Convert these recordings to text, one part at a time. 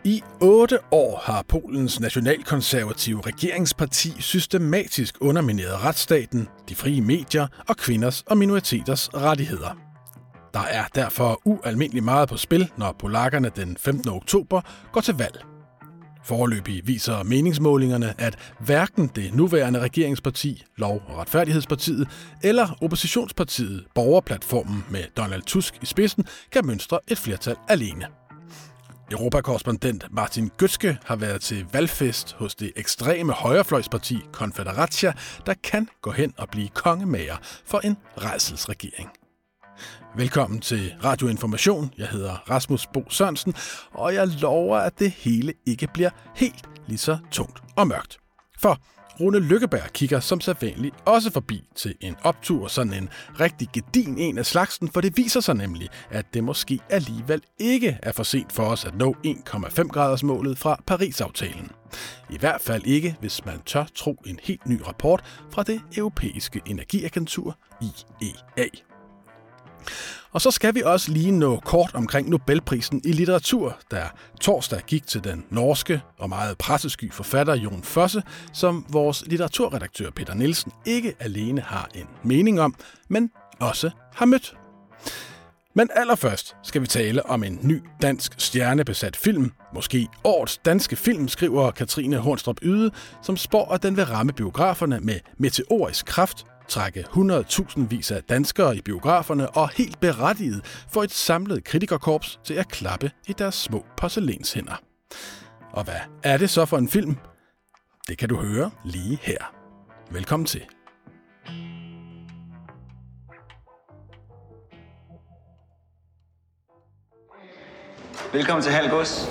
I 8 år har Polens nationalkonservative regeringsparti systematisk undermineret retsstaten, de frie medier og kvinders og minoriteters rettigheder. Der er derfor ualmindeligt meget på spil, når polakkerne den 15. oktober går til valg. Foreløbig viser meningsmålingerne, at hverken det nuværende regeringsparti, Lov- og Retfærdighedspartiet, eller oppositionspartiet, Borgerplatformen med Donald Tusk i spidsen, kan mønstre et flertal alene. Europakorrespondent Martin Gøtske har været til valgfest hos det ekstreme højrefløjsparti Konfederacja, der kan gå hen og blive kongemager for en rædselsregering. Velkommen til Radio Information. Jeg hedder Rasmus Bo Sørensen, og jeg lover, at det hele ikke bliver helt lige så tungt og mørkt. For Rune Lykkeberg kigger som sædvanligt også forbi til en optur, sådan en rigtig gedin en af slagsen, for det viser sig nemlig, at det måske alligevel ikke er for sent for os at nå 1,5 graders målet fra Paris-aftalen. I hvert fald ikke, hvis man tør tro en helt ny rapport fra det europæiske energiagentur IEA. Og så skal vi også lige nå kort omkring Nobelprisen i litteratur, der torsdag gik til den norske og meget pressesky forfatter Jon Fosse, som vores litteraturredaktør Peter Nielsen ikke alene har en mening om, men også har mødt. Men allerførst skal vi tale om en ny dansk stjernebesat film, måske årets danske film, skriver Katrine Hornstrup Yde, som spår, at den vil ramme biograferne med meteorisk kraft, trække 100.000 af danskere i biograferne og helt berettiget få et samlet kritikerkorps til at klappe i deres små porcelænshænder. Og hvad er det så for en film? Det kan du høre lige her. Velkommen til. Velkommen til Halgås.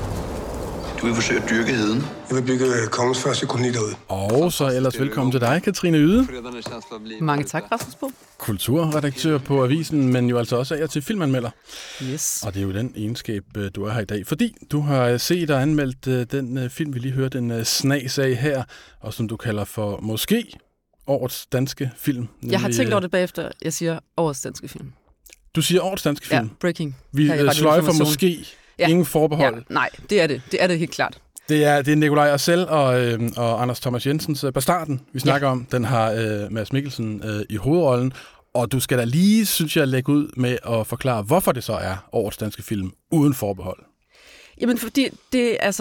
Du vil forsøge at dyrke heden. Jeg vil bygge kongens første koloni derude. Og så ellers velkommen til dig, Katrine Yde. Mange tak, Rasmus Bo. Kulturredaktør på avisen, men jo altså også af til filmanmelder. Yes. Og det er jo den egenskab, du er her i dag, fordi du har set og anmeldt den film, vi lige hørte en snas af her, og som du kalder for måske årets danske film. Jeg har tænkt over det bagefter, jeg siger årets danske film. Du siger årets danske film? Ja, breaking. Vi sløjfer måske. Ja. Ingen forbehold. Ja, nej, det er det. Det er det helt klart. Det er Nikolaj Arcel og Anders Thomas Jensens Bastarden, vi snakker om. Den har Mads Mikkelsen i hovedrollen. Og du skal da lige, synes jeg, lægge ud med at forklare, hvorfor det så er årets danske film uden forbehold. Jamen, fordi det er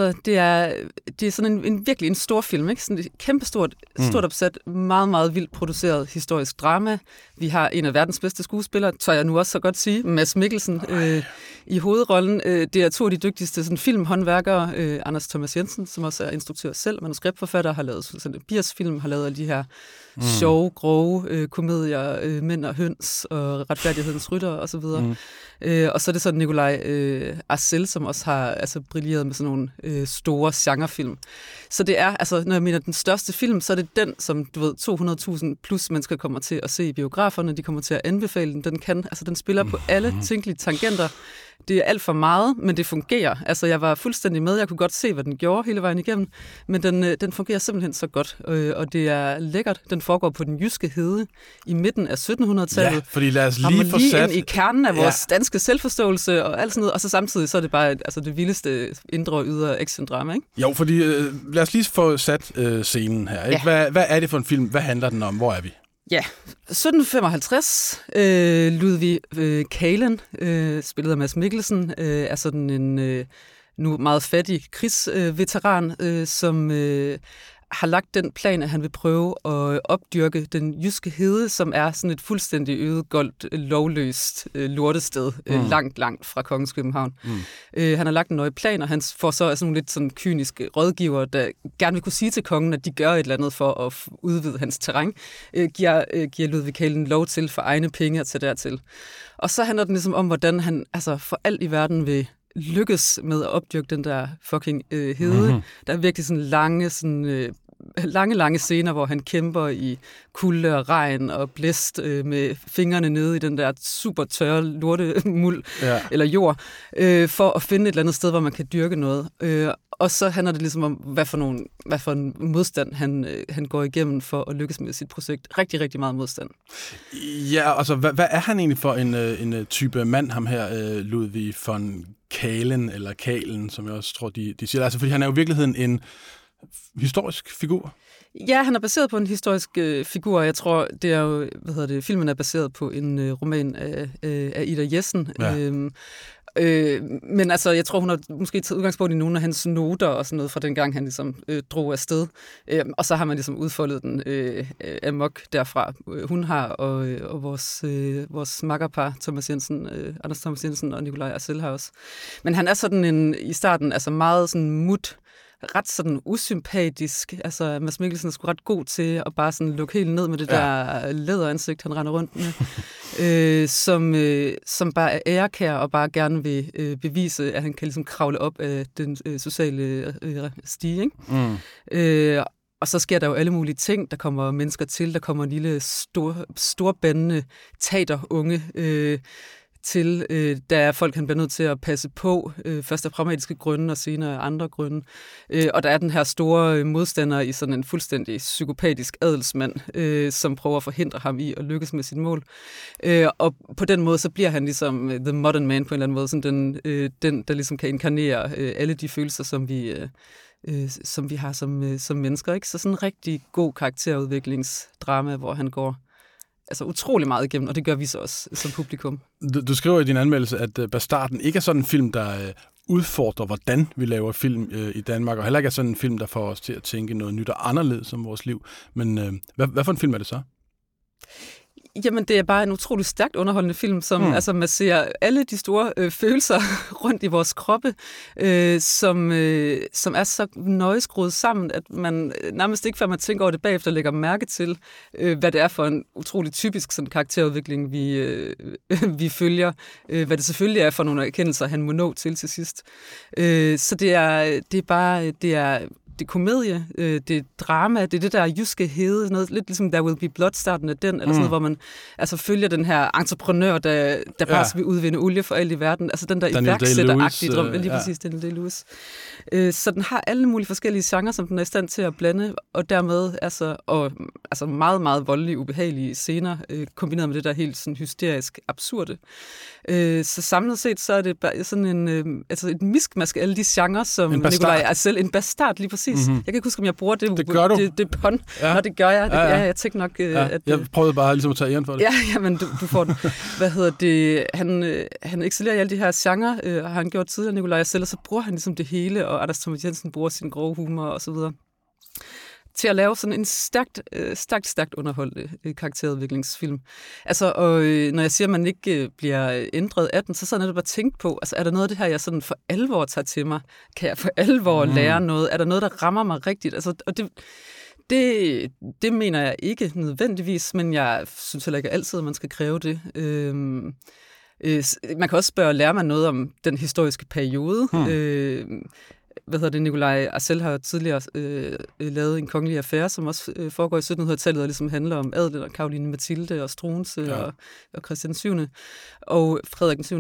sådan en virkelig en stor film, ikke? Sådan et kæmpestort opsat, meget, meget vildt produceret historisk drama. Vi har en af verdens bedste skuespillere, tør jeg nu også så godt sige, Mads Mikkelsen i hovedrollen. Det er to af de dygtigste sådan, filmhåndværkere, Anders Thomas Jensen, som også er instruktør selv, manuskriptforfatter, har lavet sådan en Biers-film, har lavet alle de her sjove, grove komedier, Mænd og høns og Retfærdighedens rytter og så videre. Og så er det så Nikolaj Arcel, som også har brilleret med sådan nogle store genrefilm. Så det er, når jeg mener den største film, så er det den, som du ved, 200.000 plus mennesker kommer til at se i biograferne. De kommer til at anbefale den. Den spiller på alle tænkelige tangenter. Det er alt for meget, men det fungerer. Jeg var fuldstændig med. Jeg kunne godt se, hvad den gjorde hele vejen igennem. Men den fungerer simpelthen så godt. Og det er lækkert. Den foregår på den jyske hede i midten af 1700-tallet. Ja, fordi lad os lige få sat... ind i kernen af vores danske selvforståelse og alt sådan noget. Og så samtidig så er det bare det vildeste indre og ydre action-drama, ikke? Jo, fordi lad os lige få sat scenen her. Ikke? Ja. Hvad er det for en film? Hvad handler den om? Hvor er vi? Ja, 1755. Ludvig Kalen, spillet af Mads Mikkelsen, er sådan en nu meget fattig krigsveteran, som har lagt den plan, at han vil prøve at opdyrke den jyske hede, som er sådan et fuldstændig ødegoldt, lovløst lortested, langt fra Kongens København. Han har lagt en nøje plan, og han får så sådan nogle lidt sådan kyniske rådgiver, der gerne vil kunne sige til kongen, at de gør et eller andet for at udvide hans terræn, giver Ludvig Kalen lov til for egne penge at tage dertil. Og så handler den ligesom om, hvordan han for alt i verden vil lykkes med at opdyrke den der fucking hede. Der er virkelig sådan lange sådan, lange scener, hvor han kæmper i kulde og regn og blæst med fingrene nede i den der super tørre lortemuld eller jord, for at finde et eller andet sted, hvor man kan dyrke noget. Og så handler det ligesom om, hvad for en modstand han går igennem for at lykkes med sit projekt. Rigtig, rigtig meget modstand. Ja, altså hvad er han egentlig for en type mand, ham her, Ludwig von Kahlen, eller Kahlen, som jeg også tror, de siger. Altså, fordi han er jo i virkeligheden en historisk figur. Ja, han er baseret på en historisk figur. Jeg tror, det er jo, filmen er baseret på en roman af Ida Jessen. Ja. Men altså, jeg tror, hun har måske taget udgangspunkt i nogle af hans noter og sådan noget fra den gang, han ligesom drog afsted. Og så har man ligesom udfoldet den amok derfra. Hun har, og vores makkerpar, Anders Thomas Jensen og Nikolaj Arcel har også. Men han er sådan i starten altså meget sådan ret sådan usympatisk. Altså, Mads Mikkelsen er sgu ret god til at bare sådan lukke helt ned med det der læderansigt, han render rundt med. Som bare er ærekær og bare gerne vil bevise, at han kan ligesom kravle op af den sociale stige, ikke? Og så sker der jo alle mulige ting. Der kommer mennesker til, der kommer en lille storbandende taterunge til, der er folk, han bliver nødt til at passe på, først af pragmatiske grunde, og senere af andre grunde. Og der er den her store modstander i sådan en fuldstændig psykopatisk adelsmand, som prøver at forhindre ham i at lykkes med sit mål. Og på den måde, så bliver han ligesom the modern man på en eller anden måde, sådan den der ligesom kan inkarnere alle de følelser, som vi har som mennesker. Ikke? Så sådan en rigtig god karakterudviklingsdrama, hvor han går altså utrolig meget igennem, og det gør vi så også som publikum. Du skriver i din anmeldelse, at Bastarden ikke er sådan en film, der udfordrer, hvordan vi laver film i Danmark, og heller ikke er sådan en film, der får os til at tænke noget nyt og anderledes om vores liv. Men hvad for en film er det så? Jamen, det er bare en utrolig stærkt underholdende film, som altså man ser alle de store følelser rundt i vores kroppe, som er så nøjeskruet sammen, at man nærmest ikke, før man tænker over det bagefter, lægger mærke til, hvad det er for en utrolig typisk sådan, karakterudvikling, vi følger. Hvad det selvfølgelig er for nogle erkendelser, han må nå til sidst. Så det er komedie, det er drama, det er det der jyske hede, noget lidt ligesom There Will Be Blood, starten af den, eller sådan noget, hvor man altså følger den her entreprenør, der bare vil udvinde olie for alt i verden, altså den der iværksætteragtige drøm, lige præcis Daniel Day-Lewis. Så den har alle mulige forskellige genrer, som den er i stand til at blande, og dermed altså meget, meget voldelige, ubehagelige scener, kombineret med det der helt sådan hysterisk absurde. Så samlet set, så er det bare sådan et miskmask af alle de genrer, som Nikolaj Arcel, en bastard lige præcis. Mm-hmm. Jeg kan ikke huske, om jeg bruger det pun. Ja. Nå, det gør jeg. Jeg tænker nok, at... Jeg prøvede bare ligesom at tage æren for det. Ja, men du får den. Han excellerer i alle de her genrer, har han gjort tidligere, Nikolaj Arcel, og så bruger han ligesom det hele, og Anders Thomas Jensen bruger sin grove humor og så videre, til at lave sådan en stærkt underholdende karakterudviklingsfilm. Altså, og når jeg siger, at man ikke bliver ændret af den, så sådan er det bare tænkt på, altså er der noget af det her, jeg sådan for alvor tager til mig? Kan jeg for alvor lære noget? Er der noget, der rammer mig rigtigt? Altså, og det mener jeg ikke nødvendigvis, men jeg synes heller ikke altid, at man skal kræve det. Man kan også spørge, lærer man noget om den historiske periode? Nikolaj Arcel har tidligere lavet En kongelig affære, som også foregår i 1700-tallet, og ligesom handler om adelen og Caroline Mathilde og Struensee og Christian 7. og Frederik den 7.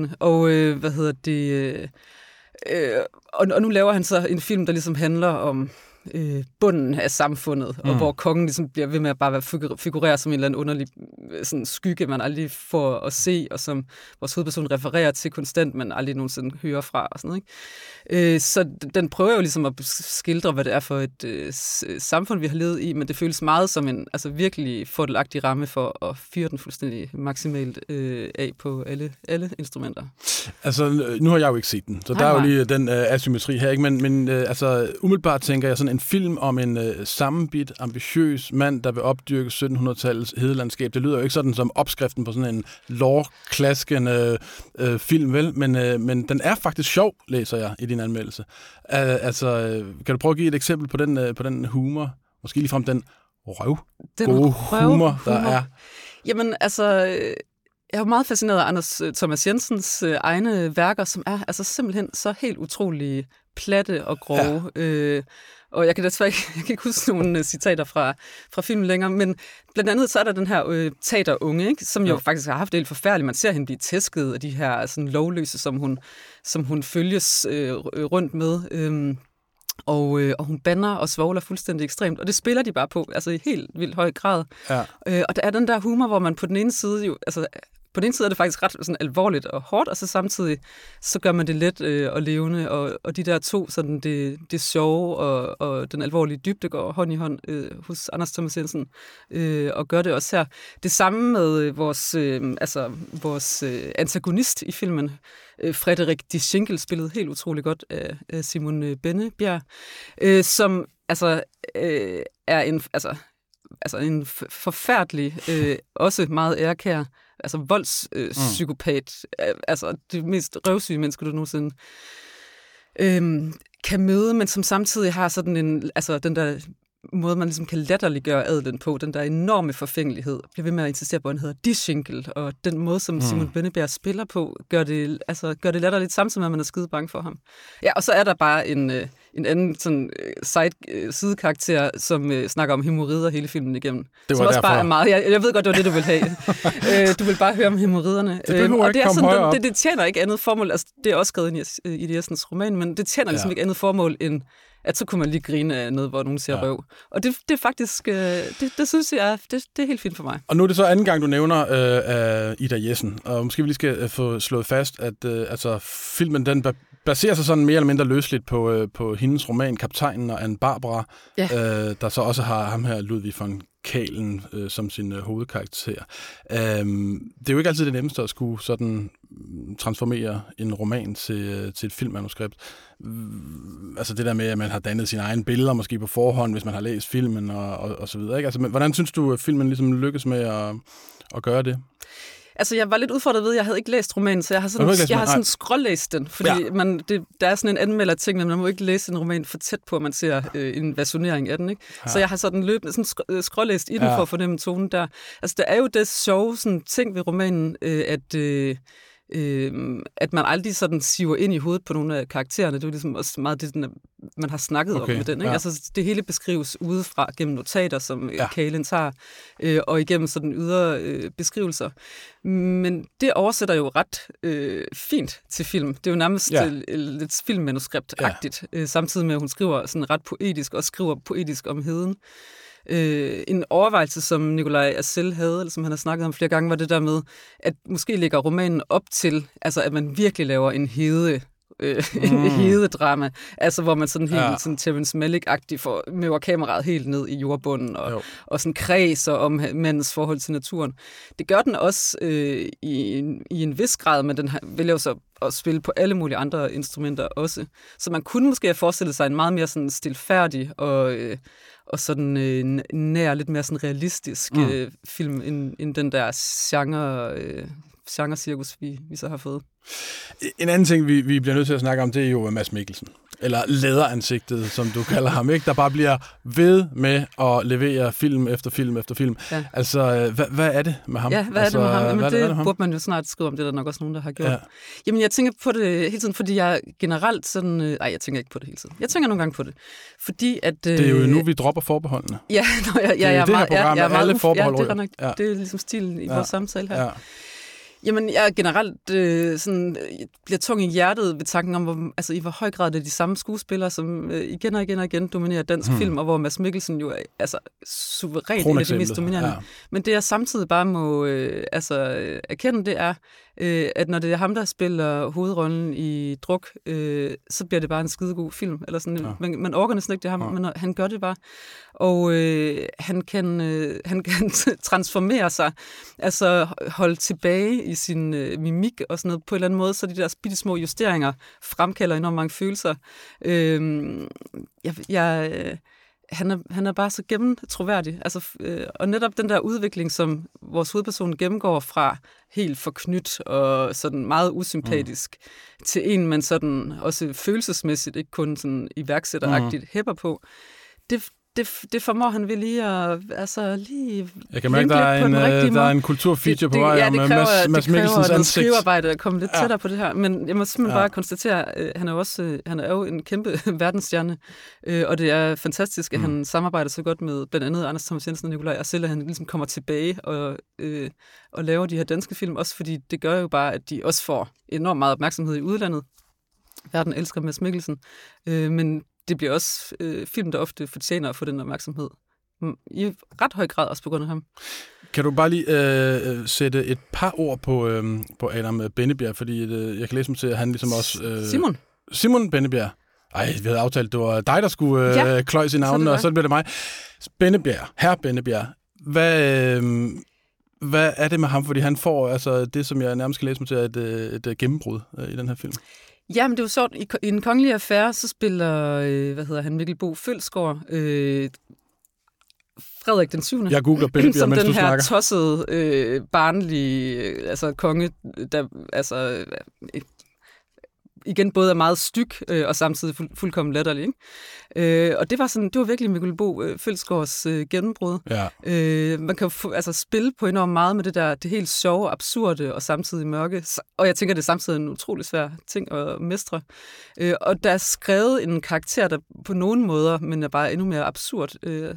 Og nu laver han så en film, der ligesom handler om bunden af samfundet, og hvor kongen ligesom bliver ved med at bare figurere som en eller anden underlig sådan skygge, man aldrig får at se, og som vores hovedperson refererer til konstant, men aldrig nogensinde hører fra, og sådan noget, ikke? Så den prøver jo ligesom at skildre, hvad det er for et samfund, vi har levet i, men det føles meget som en virkelig fordelagtig ramme for at fyre den fuldstændig maksimalt af på alle instrumenter. Altså, nu har jeg jo ikke set den, så der er jo lige den asymmetri her, ikke? Men umiddelbart tænker jeg sådan en film om en sammenbidt, ambitiøs mand, der vil opdyrke 1700-tallets hedelandskab. Det lyder jo ikke sådan som opskriften på sådan en lore-klaskende film, vel? Men den er faktisk sjov, læser jeg i din anmeldelse. Kan du prøve at give et eksempel på den humor? Måske ligefrem den gode humor, der er. Jamen, altså... Jeg er meget fascineret af Anders Thomas Jensens egne værker, som er altså simpelthen så helt utrolig platte og grove. Ja. Og jeg kan ikke huske nogle citater fra filmen længere, men blandt andet så er der den her teaterunge, ikke, som jo faktisk har haft det helt forfærdeligt. Man ser hende blive tæsket af de her sådan lovløse, som hun følges rundt med. Og hun bander og svogler fuldstændig ekstremt, og det spiller de bare på, altså i helt vildt høj grad. Ja. Og der er den der humor, hvor man på den ene side jo, altså på den ene side er det faktisk ret sådan alvorligt og hårdt, og så samtidig så gør man det let og levende, og de der to, sådan det sjove og den alvorlige dybde går hånd i hånd hos Anders Thomas Jensen, og gør det også her. Det samme med vores antagonist i filmen, Frederik de Schinkel, spillet helt utrolig godt af Simon Bennebjerg, som er en forfærdelig, også meget ærekær, altså voldspsykopat, altså det mest røvsyge menneske, du nogensinde kan møde, men som samtidig har sådan en, altså den der måde, man ligesom kan latterliggøre adelen på, den der enorme forfængelighed, bliver ved med at insistere på, at han hedder De Schinkel, og den måde, som Simon Bennebjerg spiller på, gør det latterligt, samtidig med, at man er skide bange for ham. Ja, og så er der bare en anden sådan sidekarakter, som snakker om hæmorider hele filmen igennem. Det var også bare er meget. Jeg ved godt, det var det, du ville have. Du vil bare høre om hæmoridderne. Og det er sådan, det tjener ikke andet formål. Altså, det er også skrevet ind i Jessens roman, men det tjener ligesom ikke andet formål end at så kunne man lige grine af noget, hvor nogen siger røv. Og det er faktisk, det synes jeg, det er helt fint for mig. Og nu er det så anden gang, du nævner Ida Jessen, og måske vi lige skal få slået fast, at filmen den baserer sig sådan mere eller mindre løsligt på hendes roman Kaptajnen og Anne Barbara, der så også har ham her Ludwig von Kalen som sin hovedkarakter. Det er jo ikke altid det nemmeste at skulle sådan transformere en roman til et filmmanuskript. Altså det der med, at man har dannet sine egne billeder måske på forhånd, hvis man har læst filmen og så videre. Ikke? Altså, hvordan synes du, at filmen ligesom lykkes med at gøre det? Altså, jeg var lidt udfordret ved, at jeg havde ikke læst romanen, så jeg har sådan skrålæst den, fordi der er sådan en anmelder-ting, men man må ikke læse en roman for tæt på, at man ser en versionering af den, ikke? Ja. Så jeg har sådan løbende sådan skrålæst i den for at fornemme tonen der. Altså, der er jo det sjove sådan, ting ved romanen, at man aldrig sådan siver ind i hovedet på nogle af karaktererne. Det er jo ligesom også meget det, man har snakket om med den. Ikke? Ja. Altså, det hele beskrives udefra gennem notater, som Kalen tager, og igennem sådan ydre beskrivelser. Men det oversætter jo ret fint til film. Det er jo nærmest lidt filmmanuskript-agtigt, samtidig med, at hun skriver sådan ret poetisk, og skriver poetisk om heden. En overvejelse, som Nikolaj Assel havde, eller som han har snakket om flere gange, var det der med, at måske lægger romanen op til, altså at man virkelig laver en hededrama, altså hvor man sådan helt sådan Terrence Malick-agtigt møver kameraet helt ned i jordbunden og sådan kredser om mandens forhold til naturen. Det gør den også i en vis grad, men den vælger jo så at spille på alle mulige andre instrumenter også. Så man kunne måske have forestillet sig en meget mere sådan stilfærdig og sådan nær, lidt mere sådan realistisk film, end den der genre-cirkus, vi så har fået. En anden ting, vi bliver nødt til at snakke om, det er jo Mads Mikkelsen. Eller læderansigtet, som du kalder ham, ikke? Der bare bliver ved med at levere film efter film efter film. Ja. Altså, hvad er det med ham? Ja, hvad er det med ham? Jamen, det burde man jo snart skrive om, det er der nok også nogen, der har gjort. Ja. Jamen, jeg tænker på det hele tiden, fordi jeg generelt sådan... jeg tænker ikke på det hele tiden. Jeg tænker nogle gange på det. Fordi at... det er jo nu, vi dropper forbeholdene. Ja, jeg er meget... Jeg er alle forbehold. Ja, det er ligesom stilen i vores samtale her. Ja. Jamen, jeg generelt bliver tung i hjertet ved tanken om, i hvor høj grad det er de samme skuespillere, som igen og igen dominerer dansk film, og hvor Mads Mikkelsen jo er suverænt en af de mest dominerende. Ja. Men det, jeg samtidig bare må erkende, det er, at når det er ham, der spiller hovedrollen i Druk, så bliver det bare en skidegod film. Eller sådan, man orker næsten ikke det ham, men han gør det bare. Og han kan transformere sig, altså holde tilbage i sin mimik og sådan noget på en eller anden måde, så de der bitte små justeringer fremkalder enormt mange følelser. Han er bare så gennemtroværdig. Altså, og netop den der udvikling, som vores hovedperson gennemgår fra helt forknyt og sådan meget usympatisk til en, man sådan også følelsesmæssigt, ikke kun sådan iværksætteragtigt hæpper på, det formår han vel lige at jeg kan mærke, der er en kulturfeature på vej om Mads Mikkelsens ansigt. Skrivearbejde at komme lidt tættere på det her, men jeg må simpelthen bare konstatere, han er jo en kæmpe verdensstjerne, og det er fantastisk, at han samarbejder så godt med blandt andet Anders Thomas Jensen og Nikolaj Arcel, at han ligesom kommer tilbage og laver de her danske film, også fordi det gør jo bare, at de også får enormt meget opmærksomhed i udlandet. Verden elsker Mads Mikkelsen, men det bliver også film, der ofte fortjener at få den opmærksomhed. I ret høj grad også på grund af ham. Kan du bare lige sætte et par ord på Adam Bennebjerg, fordi jeg kan læse mig til, at han ligesom også... Simon Bennebjerg. Ej, vi havde aftalt, det var dig, der skulle kløjs i navnet, og så bliver det mig. Bennebjerg, herr Bennebjerg. Hvad er det med ham? Fordi han får altså det, som jeg nærmest kan læse mig til, et gennembrud i den her film. Jamen, det er jo sjovt. I En kongelig affære, så spiller, Mikkel Bo Følsgaard, Frederik den 7. Jeg googler Bennebjerg, mens du snakker. Som den her tossede, barnlige konge, der igen både er meget styg og samtidig fuldkommen latterlig. Ikke? Og det var virkelig Mikkel Bo Følsgaards gennembrud. Ja. Man kan jo spille på enormt meget med det helt sjove, absurde og samtidig mørke. Og jeg tænker, det er samtidig en utrolig svær ting at mestre. Og der er skrevet en karakter, der på nogen måder, men er bare endnu mere absurd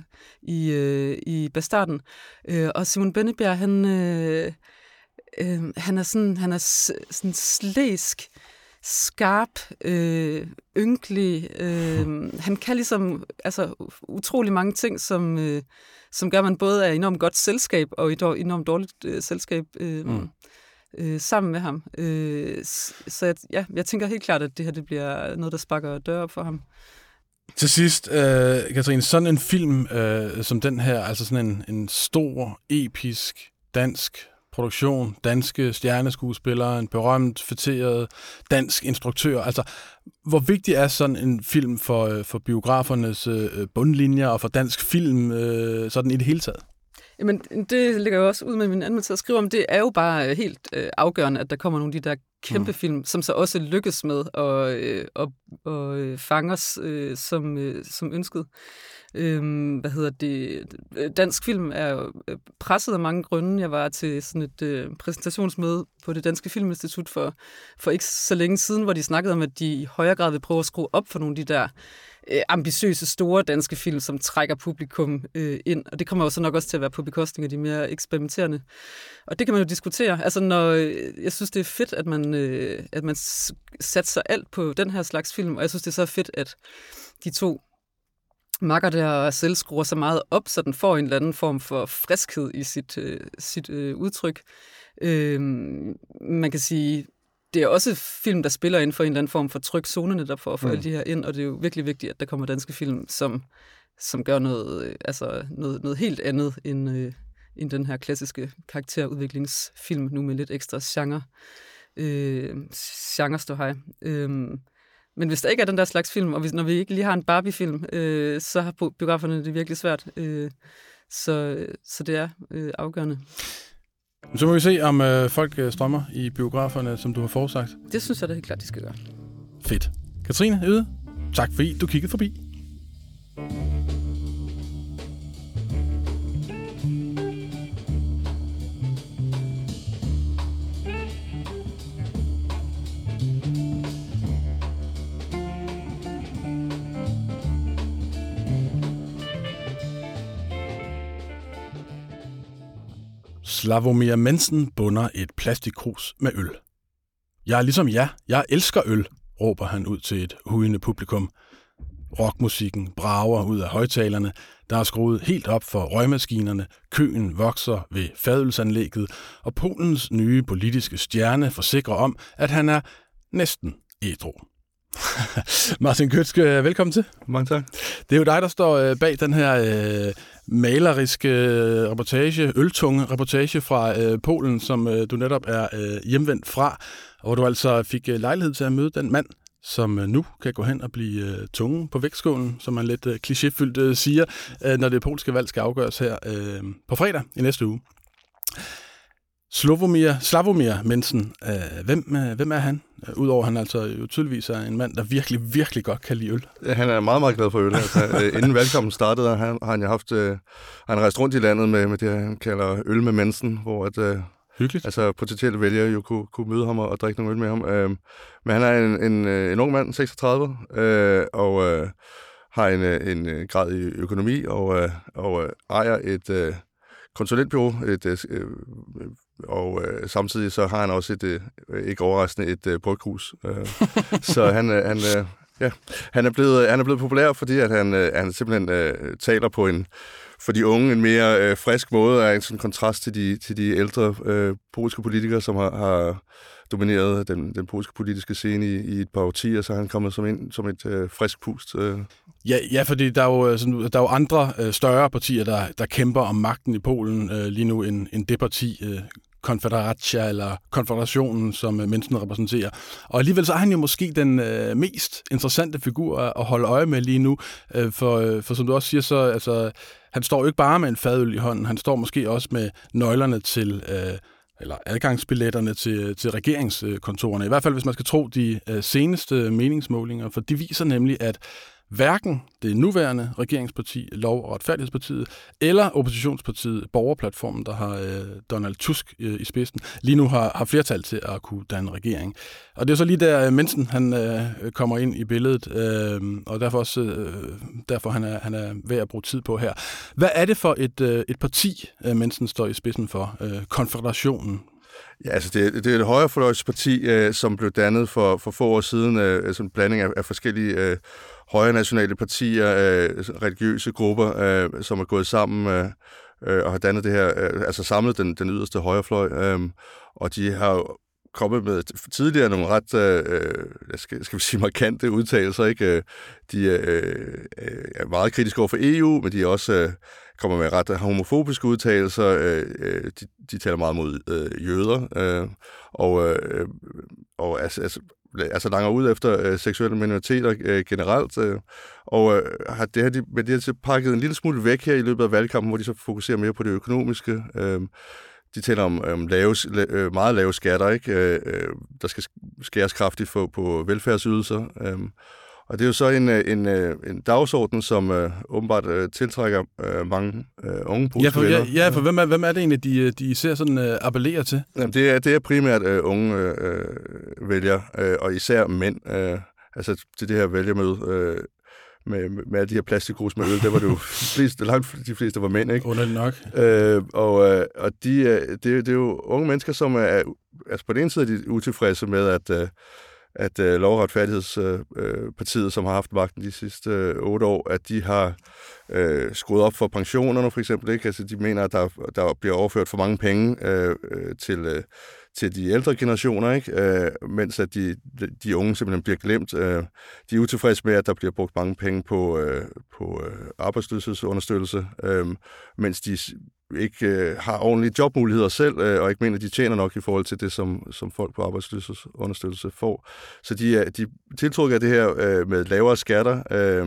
i Bastarden. Og Simon Bennebjerg, han er sådan slæsk, skarp, ynkelig. Han kan ligesom utrolig mange ting, som gør, at man både er enormt godt selskab og enormt dårligt selskab sammen med ham. Så jeg tænker helt klart, at det her det bliver noget, der sparker døre op for ham. Til sidst, Katrine, sådan en film som den her, altså sådan en stor, episk, dansk produktion, danske stjerneskuespillere, en berømt, fætteret dansk instruktør. Altså, hvor vigtig er sådan en film for biografernes bundlinjer og for dansk film sådan i det hele taget? Jamen, det ligger jo også ud med min anmeldelse at skrive om. Det er jo bare helt afgørende, at der kommer nogle af de der kæmpe film, som så også lykkes med at fange os som ønsket. Dansk film er jo presset af mange grunde. Jeg var til sådan et præsentationsmøde på det Danske Filminstitut for ikke så længe siden, hvor de snakkede om, at de i højere grad vil prøve at skrue op for nogle af de der ambitiøse, store danske film, som trækker publikum ind. Og det kommer jo så nok også til at være på bekostning af de mere eksperimenterende. Og det kan man jo diskutere. Altså, jeg synes, det er fedt, at man satser alt på den her slags film, og jeg synes, det er så fedt, at de to makker der og selv skruer så meget op, så den får en eller anden form for friskhed i sit udtryk. Man kan sige, det er også film, der spiller ind for en eller anden form for tryg zone, netop for at få alle de her ind, og det er jo virkelig vigtigt, at der kommer danske film, som gør noget helt andet end den her klassiske karakterudviklingsfilm, nu med lidt ekstra genre-ståhej. Men hvis der ikke er den der slags film, og når vi ikke lige har en Barbie-film, så har biograferne det virkelig svært. Så det er afgørende. Så må vi se, om folk strømmer i biograferne, som du har forudsagt. Det synes jeg da helt klart, de skal gøre. Fedt. Katrine Yde, tak fordi du kiggede forbi. Slavomir Mensen bunder et plastikkrus med øl. Jeg er ligesom jer. Jeg elsker øl, råber han ud til et hujende publikum. Rockmusikken brager ud af højtalerne. Der er skruet helt op for røgmaskinerne. Køen vokser ved fadølsanlægget, og Polens nye politiske stjerne forsikrer om, at han er næsten ædru. Martin Køtske, velkommen til. Mange tak. Det er jo dig, der står bag den her maleriske reportage, øltunge reportage fra Polen, som du netop er hjemvendt fra, og hvor du altså fik lejlighed til at møde den mand, som nu kan gå hen og blive tungen på vægtskålen, som man lidt klichéfyldt siger, når det polske valg skal afgøres her på fredag i næste uge. Slavomir Mensen, hvem er han? Udover han altså jo tydeligvis er en mand, der virkelig, virkelig godt kan lide øl. Ja, han er meget, meget glad for øl. Altså, inden valgkampen startede, har han jo haft... han rejst rundt i landet med det, han kalder øl med Mensen, hvor at... Hyggeligt. Altså potentielle vælgere jo kunne møde ham og drikke nogle øl med ham. Men han er en ung mand, 36, og har en grad i økonomi og ejer et konsulentbureau, og samtidig så har han også ikke overraskende et bryghus. Så han er blevet populær, fordi at han simpelthen taler på for de unge en mere frisk måde, er en sådan kontrast til de ældre polske politikere, som har domineret den polske politiske scene i et par årtier, så er han kommet som et frisk pust. Ja, fordi der er jo andre større partier, der kæmper om magten i Polen lige nu, end det parti, Konfederacja eller Konfederationen, som Mensen repræsenterer. Og alligevel så er han jo måske den mest interessante figur at holde øje med lige nu, for som du også siger, så altså, han står jo ikke bare med en fadøl i hånden, han står måske også med nøglerne til eller adgangsbilletterne til regeringskontorerne. I hvert fald, hvis man skal tro de seneste meningsmålinger, for de viser nemlig, at hverken det nuværende regeringsparti, Lov- og Retfærdighedspartiet, eller oppositionspartiet Borgerplatformen, der har Donald Tusk i spidsen, lige nu har flertal til at kunne danne regering. Og det er så lige der Mensen, han kommer ind i billedet, og derfor han er værd at bruge tid på her. Hvad er det for et parti, Mensen står i spidsen for? Konfederationen? Ja, altså det er et højrefløjsparti, som blev dannet for få år siden, som en blanding af forskellige højre nationale partier, religiøse grupper, som er gået sammen og har dannet det her, altså samlet den yderste højrefløj, og de har jo kommet med tidligere nogle ret, skal vi sige, markante udtalelser, ikke? De er meget kritiske over for EU, men de er også kommer med ret homofobiske udtalelser. De taler meget mod jøder, og altså langer ud efter seksuelle minoriteter generelt, og har de pakket en lille smule væk her i løbet af valgkampen, hvor de så fokuserer mere på det økonomiske. De taler om meget lave skatter, ikke? Der skal skæres kraftigt på velfærdsydelser. Og det er jo så en dagsorden, som åbenbart tiltrækker mange unge polske venner. Ja, for hvem er det egentlig, de ser sådan appellerer til? Jamen, det er primært unge vælgere, og især mænd. Altså til det her vælgermøde med alle de her plastikgrus med øl, der var det jo langt de fleste var mænd, ikke? Underligt nok. Og det er jo unge mennesker, som er altså på den ene side er de utilfredse med, at Lov- og Retfærdighedspartiet, som har haft magten de sidste 8 år, at de har skruet op for pensionerne, for eksempel, ikke? Altså, de mener, at der bliver overført for mange penge til de ældre generationer, ikke? Mens at de unge simpelthen bliver glemt. De er utilfredse med, at der bliver brugt mange penge på arbejdsløshedsunderstøttelse, mens de ikke har ordentlige jobmuligheder selv, og ikke mener, at de tjener nok i forhold til det, som folk på arbejdsløshedsunderstøttelse får. Så de tiltrukket af det her med lavere skatter,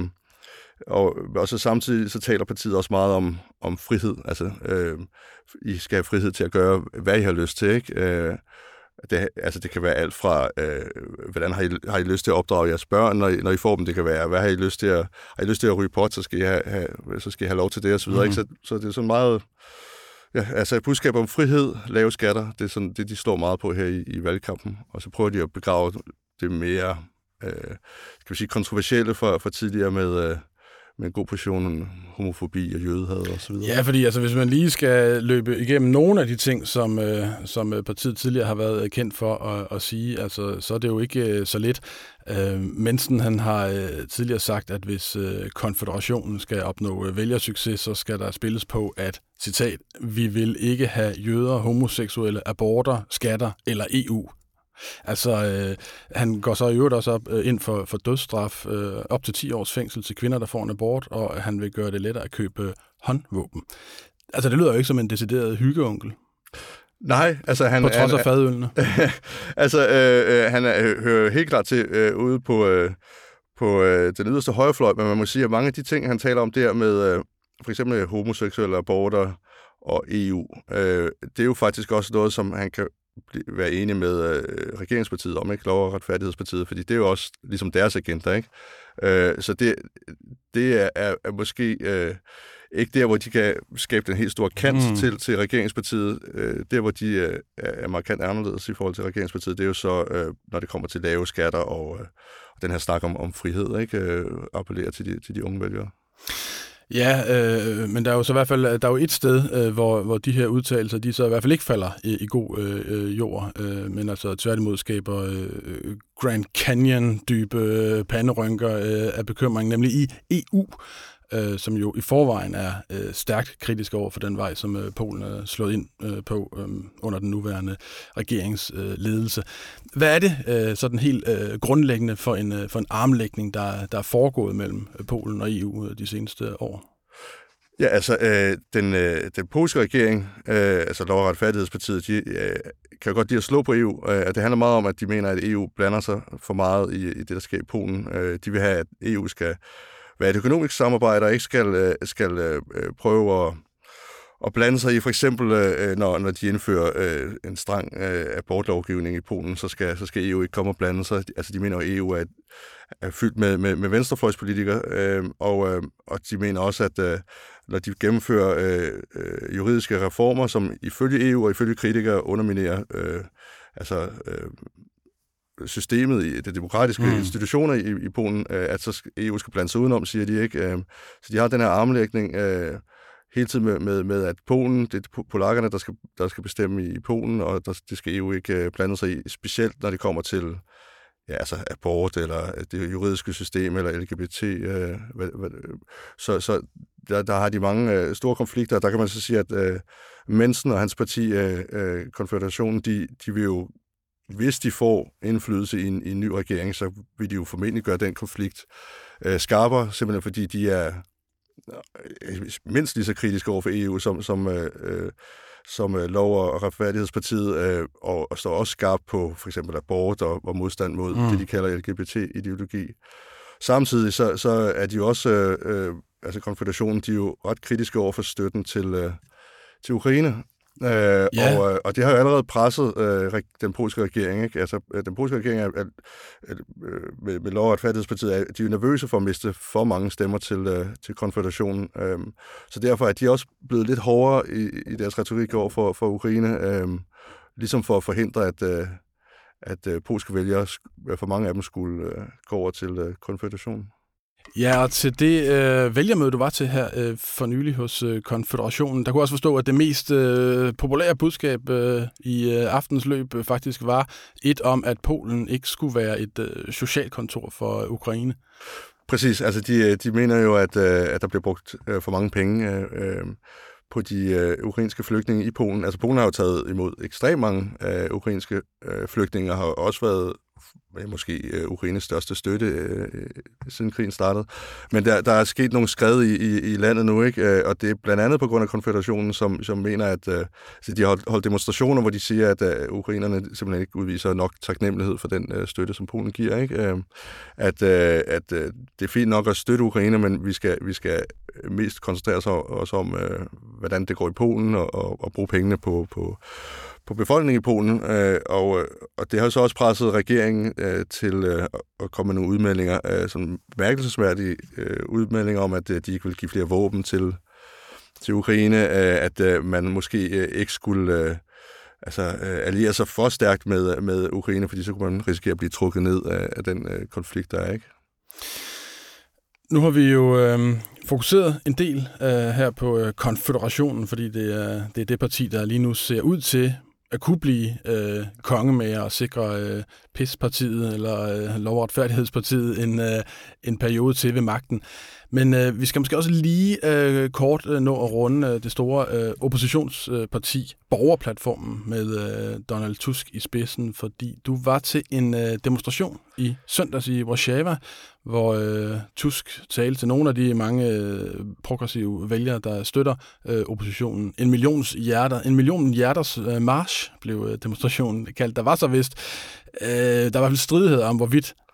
og så samtidig så taler partiet også meget om frihed. Altså, I skal have frihed til at gøre, hvad I har lyst til, ikke? Det kan være alt fra, hvordan har I lyst til at opdrage jeres børn, når I får dem. Det kan være, hvad har I lyst til at ryge pot, så skal I have lov til det, og så videre. Mm-hmm. Ikke? Så det er sådan meget... Ja, altså et budskab om frihed, lave skatter, det er sådan det, de slår meget på her i valgkampen. Og så prøver de at begrave det mere, skal vi sige, kontroversielle for tidligere med en god portion homofobi og jødehad og så videre. Ja, fordi altså, hvis man lige skal løbe igennem nogle af de ting, som partiet tidligere har været kendt for at sige, altså, så er det jo ikke så let. Mensen, han har tidligere sagt, at hvis konfederationen skal opnå vælgersucces, så skal der spilles på, at, citat, vi vil ikke have jøder, homoseksuelle, aborter, skatter eller EU. Altså, han går så i øvrigt også ind for dødsstraf, op til 10 års fængsel til kvinder, der får en abort, og han vil gøre det lettere at købe håndvåben. Altså, det lyder jo ikke som en decideret hyggeonkel. Nej, altså han... På trods af fadølene. Altså, han hører helt klart til ude på den yderste højrefløj, men man må sige, at mange af de ting, han taler om der med for eksempel homoseksuelle aborter og EU. Det er jo faktisk også noget, som han kan være enig med regeringspartiet om, ikke? Lov- og retfærdighedspartiet, fordi det er jo også ligesom deres agenda, ikke? Så det er måske ikke der, hvor de kan skabe den helt store kant til regeringspartiet. Der, hvor de er markant anderledes i forhold til regeringspartiet, det er jo så, når det kommer til lave skatter og den her snak om frihed, ikke? Appellerer til de unge vælgere. Ja, men der er jo så i hvert fald der er jo et sted, hvor de her udtalelser, de så i hvert fald ikke falder i god jord, men altså tværtimod skaber Grand Canyon-dybe panderynker af bekymring, nemlig i EU, som jo i forvejen er stærkt kritisk over for den vej, som Polen er slået ind på under den nuværende regeringsledelse. Hvad er det sådan helt grundlæggende for en armlægning, der er foregået mellem Polen og EU de seneste år? Ja, altså den polske regering, altså Lov- og retfærdighedspartiet, de kan jo godt lide at slå på EU. Det handler meget om, at de mener, at EU blander sig for meget i det, der sker i Polen. De vil have, at EU skal være et økonomisk samarbejde, og ikke skal prøve at blande sig i, for eksempel når de indfører en streng abortlovgivning i Polen, så skal EU ikke komme og blande sig. Altså de mener, at EU er fyldt med venstrefløjspolitikere, og de mener også, at når de gennemfører juridiske reformer, som ifølge EU og ifølge kritikere underminerer systemet i de demokratiske institutioner i Polen, at så EU skal blande sig udenom, siger de ikke. Så de har den her armlægning hele tiden med at Polen, det er polakkerne, der skal bestemme i Polen, og det skal EU ikke blande sig i, specielt når det kommer til abort, eller det juridiske system, eller LGBT. Så der har de mange store konflikter, og der kan man så sige, at Mensen og hans parti, Konføderationen, de vil jo, hvis de får indflydelse i en ny regering, så vil de jo formentlig gøre den konflikt skarpere, simpelthen fordi de er mindst lige så kritiske over for EU som Lov- og retfærdighedspartiet, og står også skarpt på for eksempel abort og modstand mod det, de kalder LGBT-ideologi. Samtidig så er de jo også, altså Konføderationen, de er jo ret kritiske over for støtten til Ukraine. Og det har jo allerede presset den polske regering, ikke? Altså, den polske regering med Lov- og retfærdighedspartiet, de er jo nervøse for at miste for mange stemmer til Konføderationen. Så derfor er de også blevet lidt hårdere i deres retorik over for Ukraine, ligesom for at forhindre, at polske vælgere, for mange af dem, skulle gå over til Konføderationen. Ja, og til det vælgermøde, du var til her for nylig hos Konføderationen, der kunne også forstå, at det mest populære budskab i aftens løb faktisk var et om, at Polen ikke skulle være et socialkontor for Ukraine. Præcis, altså de mener jo, at der bliver brugt for mange penge på de ukrainske flygtninge i Polen. Altså Polen har jo taget imod ekstremt mange ukrainske flygtninge, og har også været måske Ukraines største støtte siden krigen startede. Men der er sket nogle skred i landet nu, ikke? Og det er blandt andet på grund af Konføderationen, som mener, at de har holdt demonstrationer, hvor de siger, at ukrainerne simpelthen ikke udviser nok taknemmelighed for den støtte, som Polen giver, ikke? At det er fint nok at støtte Ukraine, men vi skal mest koncentrere os om, hvordan det går i Polen, og bruge pengene på befolkningen i Polen, og det har jo så også presset regeringen til at komme med nogle udmeldinger, sådan bemærkelsesværdige udmeldinger om, at de ikke vil give flere våben til Ukraine, at man måske ikke skulle alliere sig for stærkt med Ukraine, fordi så kunne man risikere at blive trukket ned af den konflikt, der er, ikke? Nu har vi jo fokuseret en del her på Konføderationen, fordi det er det parti, der lige nu ser ud til at kunne blive kongemager og sikre PIS-partiet eller Lov- og retfærdighedspartiet en periode til ved magten. Men vi skal måske også lige kort nå at runde det store oppositionsparti, Borgerplatformen, med Donald Tusk i spidsen, fordi du var til en demonstration i søndags i Warszawa, hvor Tusk talte til nogle af de mange progressive vælgere, der støtter oppositionen. En million hjerters march blev demonstrationen kaldt. Der var så vist, der var vel stridighed om, hvorvidt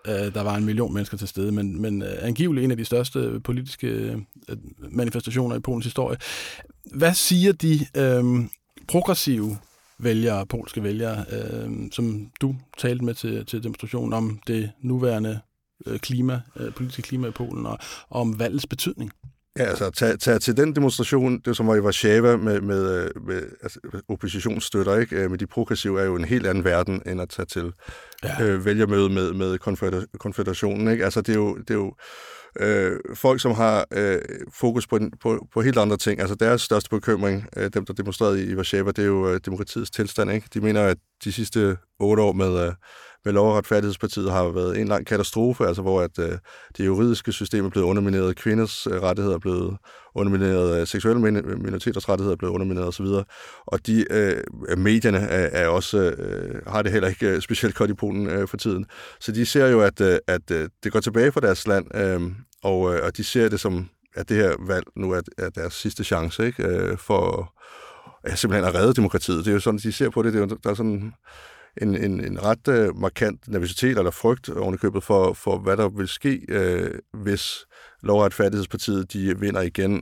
der var 1 million mennesker til stede, men angiveligt en af de største politiske manifestationer i Polens historie. Hvad siger de progressive vælgere, polske vælgere, som du talte med til demonstrationen om det nuværende politiske klima i Polen, og om valgets betydning? Ja, altså tag til den demonstration, det som var i Warszawa med altså, oppositionsstøtter, ikke? Men de progressive er jo en helt anden verden, end at tage til vælgermøde med konfederationen, ikke? Altså det er jo folk, som har fokus på helt andre ting. Altså deres største bekymring, dem der demonstrerede i Warszawa, det er jo demokratiets tilstand, ikke? De mener, at de sidste 8 år med Lov- og Retfærdighedspartiet har været en lang katastrofe, altså hvor at det juridiske system er blevet undermineret, kvinders rettigheder er blevet undermineret, seksuelle minoriteters rettigheder er blevet undermineret osv. Og de medierne er også har det heller ikke specielt godt i Polen for tiden. Så de ser jo, at det går tilbage for deres land, og de ser det som, at det her valg nu er deres sidste chance, ikke? For simpelthen at redde demokratiet. Det er jo sådan, de ser på det. Der er sådan en ret markant nervøsitet eller frygt ovenikøbet for, hvad der vil ske, hvis Lov- og Retfærdighedspartiet de vinder igen,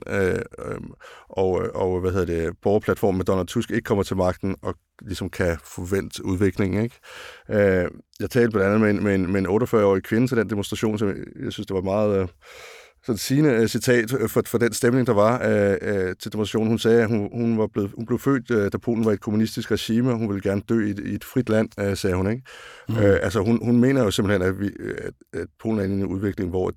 og borgerplatformen med Donald Tusk ikke kommer til magten og ligesom kan forvente udviklingen, ikke? Jeg talte blandt andet med en 48-årig kvinde til den demonstration, så jeg synes, det var meget sådan sigende citat for den stemning, der var til demonstrationen. Hun sagde, at hun blev født, da Polen var et kommunistisk regime, og hun ville gerne dø i et frit land, sagde hun, ikke? Altså hun mener jo simpelthen, at Polen er inde i en udvikling, hvor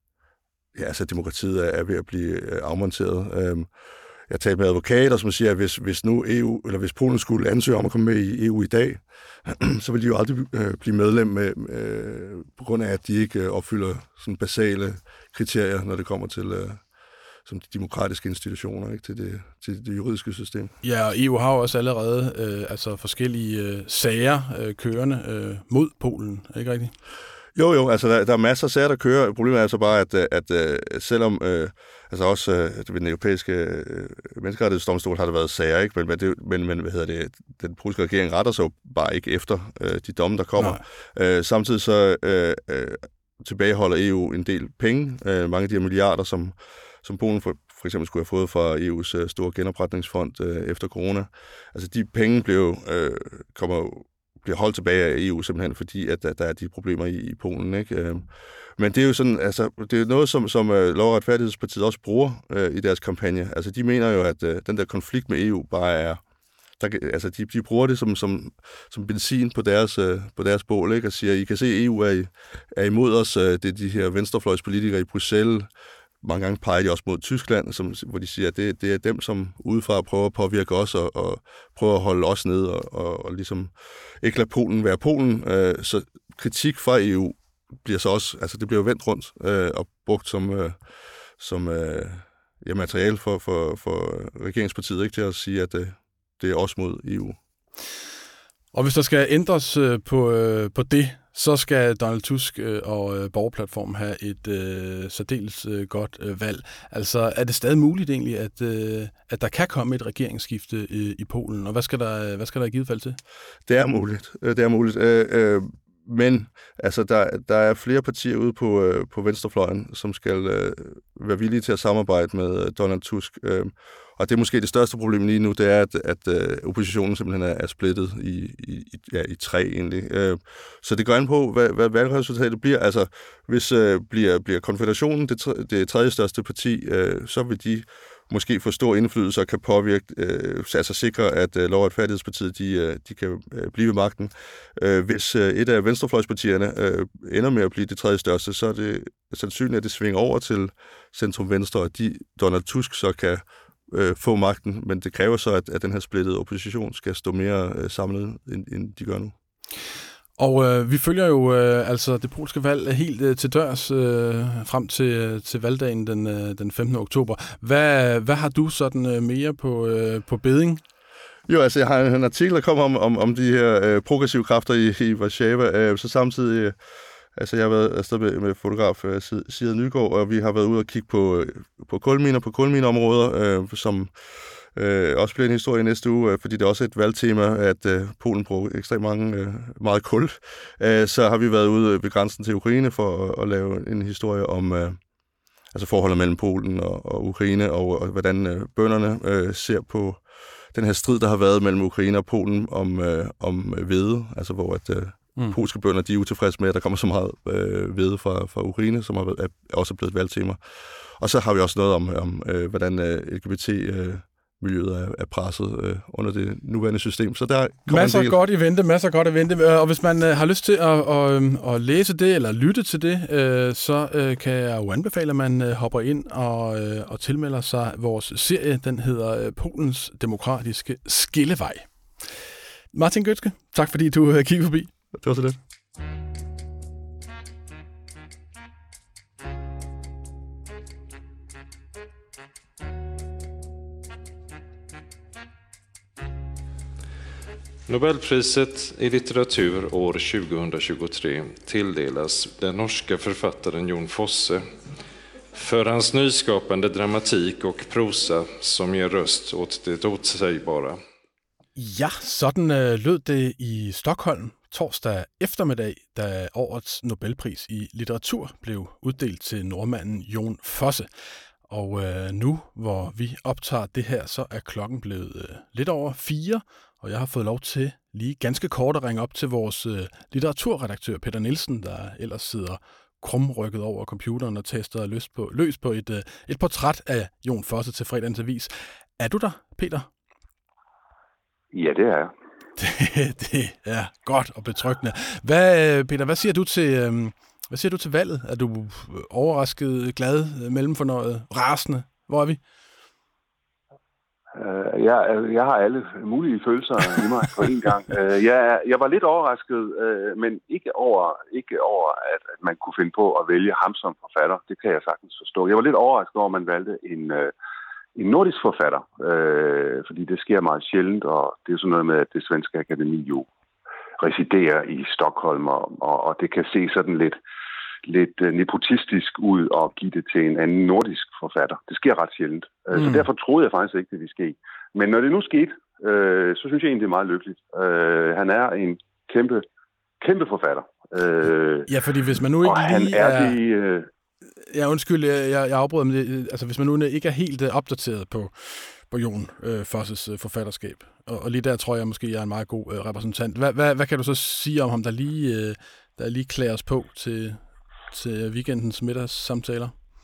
demokratiet er ved at blive afmonteret. Jeg talte med advokater, som siger, at hvis nu EU, eller hvis Polen skulle ansøge om at komme med i EU i dag, så vil de jo aldrig blive medlem på grund af, at de ikke opfylder sådan basale kriterier, når det kommer til som de demokratiske institutioner, ikke, til det juridiske system. Ja, og EU har jo også allerede forskellige sager kørende mod Polen, ikke rigtigt? Jo, altså der er masser af sager, der kører. Problemet er altså bare, at selvom også ved den europæiske menneskerettighedsdomstol har der været sager, ikke? Men den polske regering retter sig jo bare ikke efter de domme, der kommer. Samtidig så tilbageholder EU en del penge, mange af de her milliarder, som Polen for eksempel skulle have fået fra EU's store genopretningsfond efter corona. Altså de penge bliver holdt tilbage af EU simpelthen, fordi at der er de problemer i Polen, ikke? Men det er jo sådan, altså det er noget, som Lov- og Retfærdighedspartiet også bruger i deres kampagne. Altså de mener jo, at den der konflikt med EU bare er, de bruger det som benzin på deres bål, ikke? Og siger, I kan se, at EU er imod os. Det er de her venstrefløjspolitikere i Bruxelles. Mange gange peger de også mod Tyskland, hvor de siger, at det er dem, som udefra prøver at påvirke os og prøver at holde os nede og ligesom ikke lade Polen være Polen. Så kritik fra EU bliver så også, altså det bliver vendt rundt og brugt som materiale for regeringspartiet, ikke, til at sige, at det er også mod EU. Og hvis der skal ændres på det, så skal Donald Tusk og borgerplatformen have et særdeles godt valg. Altså, er det stadig muligt egentlig, at der kan komme et regeringsskifte i Polen? Og hvad skal der i givet fald til? Det er muligt. Men altså, der er flere partier ude på venstrefløjen, som skal være villige til at samarbejde med Donald Tusk. Og det er måske det største problem lige nu, det er, at oppositionen simpelthen er splittet i 3 egentlig. Så det går an på, hvad valgresultatet bliver. Altså, hvis bliver Konføderationen det tredje største parti, så vil de måske få stor indflydelse og kan påvirke, altså sikre, at Lov- og Retfærdighedspartiet de kan blive ved magten. Hvis et af venstrefløjspartierne ender med at blive det tredje største, så er det sandsynligt, at det svinger over til centrum-venstre, og Donald Tusk så kan få magten, men det kræver så, at den her splittede opposition skal stå mere samlet, end de gør nu. Og vi følger jo det polske valg helt til dørs frem til valgdagen den 15. oktober. Hvad har du sådan mere på bedding? Jo, altså jeg har en artikel, der kommer om de her progressive kræfter i Warszawa, så samtidig. Altså, jeg har været afsted med fotograf Sigrid Nygaard, og vi har været ude og kigge på kulminer, på kulmineområder, som også bliver en historie næste uge, fordi det er også et valgtema, at Polen bruger ekstremt meget kul. Så har vi været ude ved grænsen til Ukraine for at lave en historie om altså forholdet mellem Polen og Ukraine, og hvordan bønderne ser på den her strid, der har været mellem Ukraine og Polen om hvede, altså hvor polske bønder, de er utilfredse med, at der kommer så meget hvede fra Ukraine, som er også blevet et valgtema. Og så har vi også noget om hvordan LGBT-miljøet er presset under det nuværende system. Så der masser godt i vente. Og hvis man har lyst til at læse det, eller lytte til det, så kan jeg jo anbefale, at man hopper ind og tilmelder sig vores serie. Den hedder Polens demokratiske skillevej. Martin Gøtske, tak fordi du kiggede forbi. Det var så lidt. Nobelpriset i litteratur år 2023 tilldelas den norska författaren Jon Fosse för hans nyskapande dramatik och prosa som ger röst åt det otsägbara. Ja, sådan lød det i Stockholm torsdag eftermiddag, da årets Nobelpris i litteratur blev uddelt til nordmanden Jon Fosse. Og nu, hvor vi optager det her, så er klokken blevet lidt over 4, og jeg har fået lov til lige ganske kort at ringe op til vores litteraturredaktør Peter Nielsen, der ellers sidder krumrykket over computeren og tester løs på et portræt af Jon Fosse til fredagens avis. Er du der, Peter? Ja, det er jeg. Det er godt og betryggende. Peter, hvad siger du til valget? Er du overrasket, glad, mellemfornøjet, rasende? Hvor er vi? Jeg har alle mulige følelser i mig på en gang. Jeg var lidt overrasket, men ikke over at man kunne finde på at vælge ham som forfatter. Det kan jeg sagtens forstå. Jeg var lidt overrasket over, at man valgte en nordisk forfatter, fordi det sker meget sjældent, og det er sådan noget med, at det svenske akademi jo residerer i Stockholm, og det kan se sådan lidt nepotistisk ud og give det til en anden nordisk forfatter. Det sker ret sjældent. Så derfor troede jeg faktisk ikke, det ville ske. Men når det nu skete, så synes jeg egentlig, det er meget lykkeligt. Han er en kæmpe forfatter. Ja, fordi hvis man nu ikke lige er... Ja, undskyld, jeg afbryder, men altså hvis man nu ikke er helt opdateret på Jon Fosses forfatterskab, og lige der tror jeg måske, jeg er en meget god repræsentant. Hvad kan du så sige om ham, der lige klæder os på til weekendens middagssamtaler?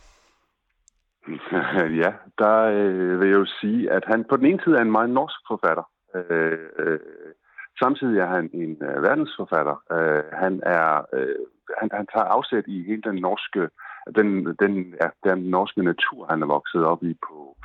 Ja, der vil jeg jo sige, at han på den ene side er en meget norsk forfatter. Samtidig er han en verdensforfatter. Han tager afsæt i hele den norske den norske natur, han er vokset op i på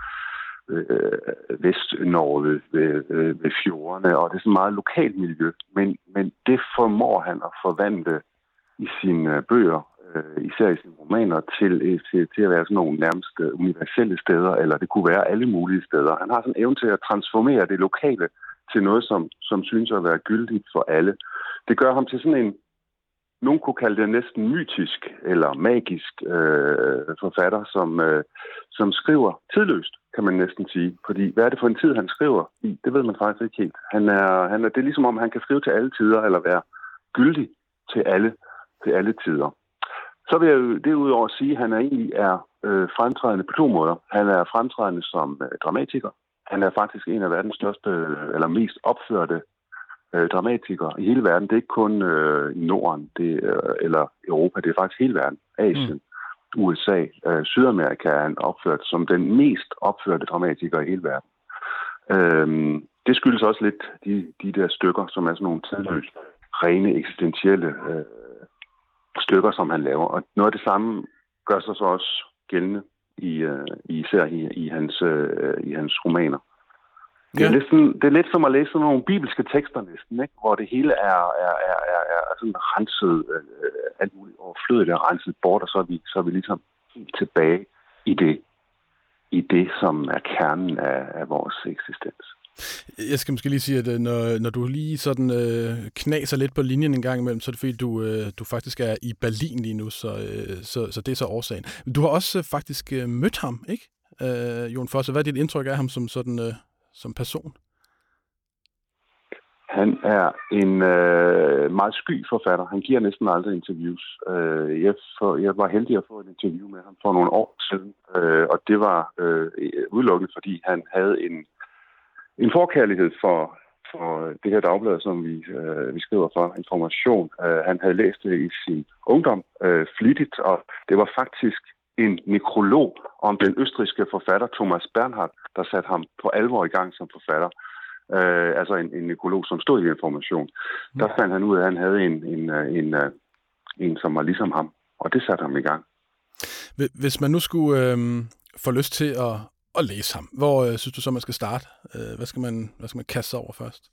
Vest-Norge ved fjordene, og det er sådan meget lokalt miljø, men det formår han at forvandle i sine bøger, især i sine romaner, til at være sådan nogle nærmest universelle steder, eller det kunne være alle mulige steder. Han har sådan en evne til at transformere det lokale til noget, som synes at være gyldigt for alle. Det gør ham til sådan en, nogen kunne kalde det næsten mytisk eller magisk forfatter, som skriver tidløst, kan man næsten sige. Fordi hvad er det for en tid, han skriver i? Det ved man faktisk ikke helt. Det er ligesom om, han kan skrive til alle tider, eller være gyldig til alle tider. Så vil jeg jo derudover sige, at han egentlig er fremtrædende på to måder. Han er fremtrædende som dramatiker. Han er faktisk en af verdens største, eller mest opførte dramatikere i hele verden. Det er ikke kun i Norden eller Europa, det er faktisk hele verden. Asien, USA, Sydamerika er han opført som den mest opførte dramatiker i hele verden. Det skyldes også lidt de der stykker, som er sådan nogle tidløse, rene eksistentielle stykker, som han laver. Og noget af det samme gør sig så også gældende især i hans romaner. Ja. Det er lidt som at læse nogle bibelske tekster næsten, ikke? Hvor det hele er sådan renset, alt muligt overflødigt er renset bort, og så er vi ligesom tilbage i det, som er kernen af vores eksistens. Jeg skal måske lige sige, at når du lige sådan knaser lidt på linjen en gang imellem, så er det fordi, du faktisk er i Berlin lige nu, så det er så årsagen. Du har også faktisk mødt ham, ikke? Jon Fosse, hvad er dit indtryk af ham som sådan som person? Han er en meget sky forfatter. Han giver næsten aldrig interviews. Jeg var heldig at få et interview med ham for nogle år siden, og det var udelukkende, fordi han havde en forkærlighed for det her dagblad, som vi skriver for, Information. Han havde læst det i sin ungdom flittigt, og det var faktisk en nekrolog om den østrigske forfatter Thomas Bernhard, der satte ham på alvor i gang som forfatter. Altså en nekrolog, som stod i Information. Der fandt han ud af, at han havde en som var ligesom ham, og det satte ham i gang. Hvis man nu skulle få lyst til at læse ham, hvor synes du så, man skal starte? Hvad skal man kaste sig over først?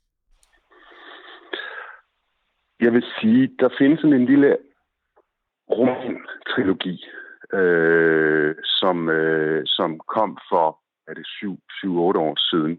Jeg vil sige, der findes en lille roman-trilogi, som kom for 7-8 år siden.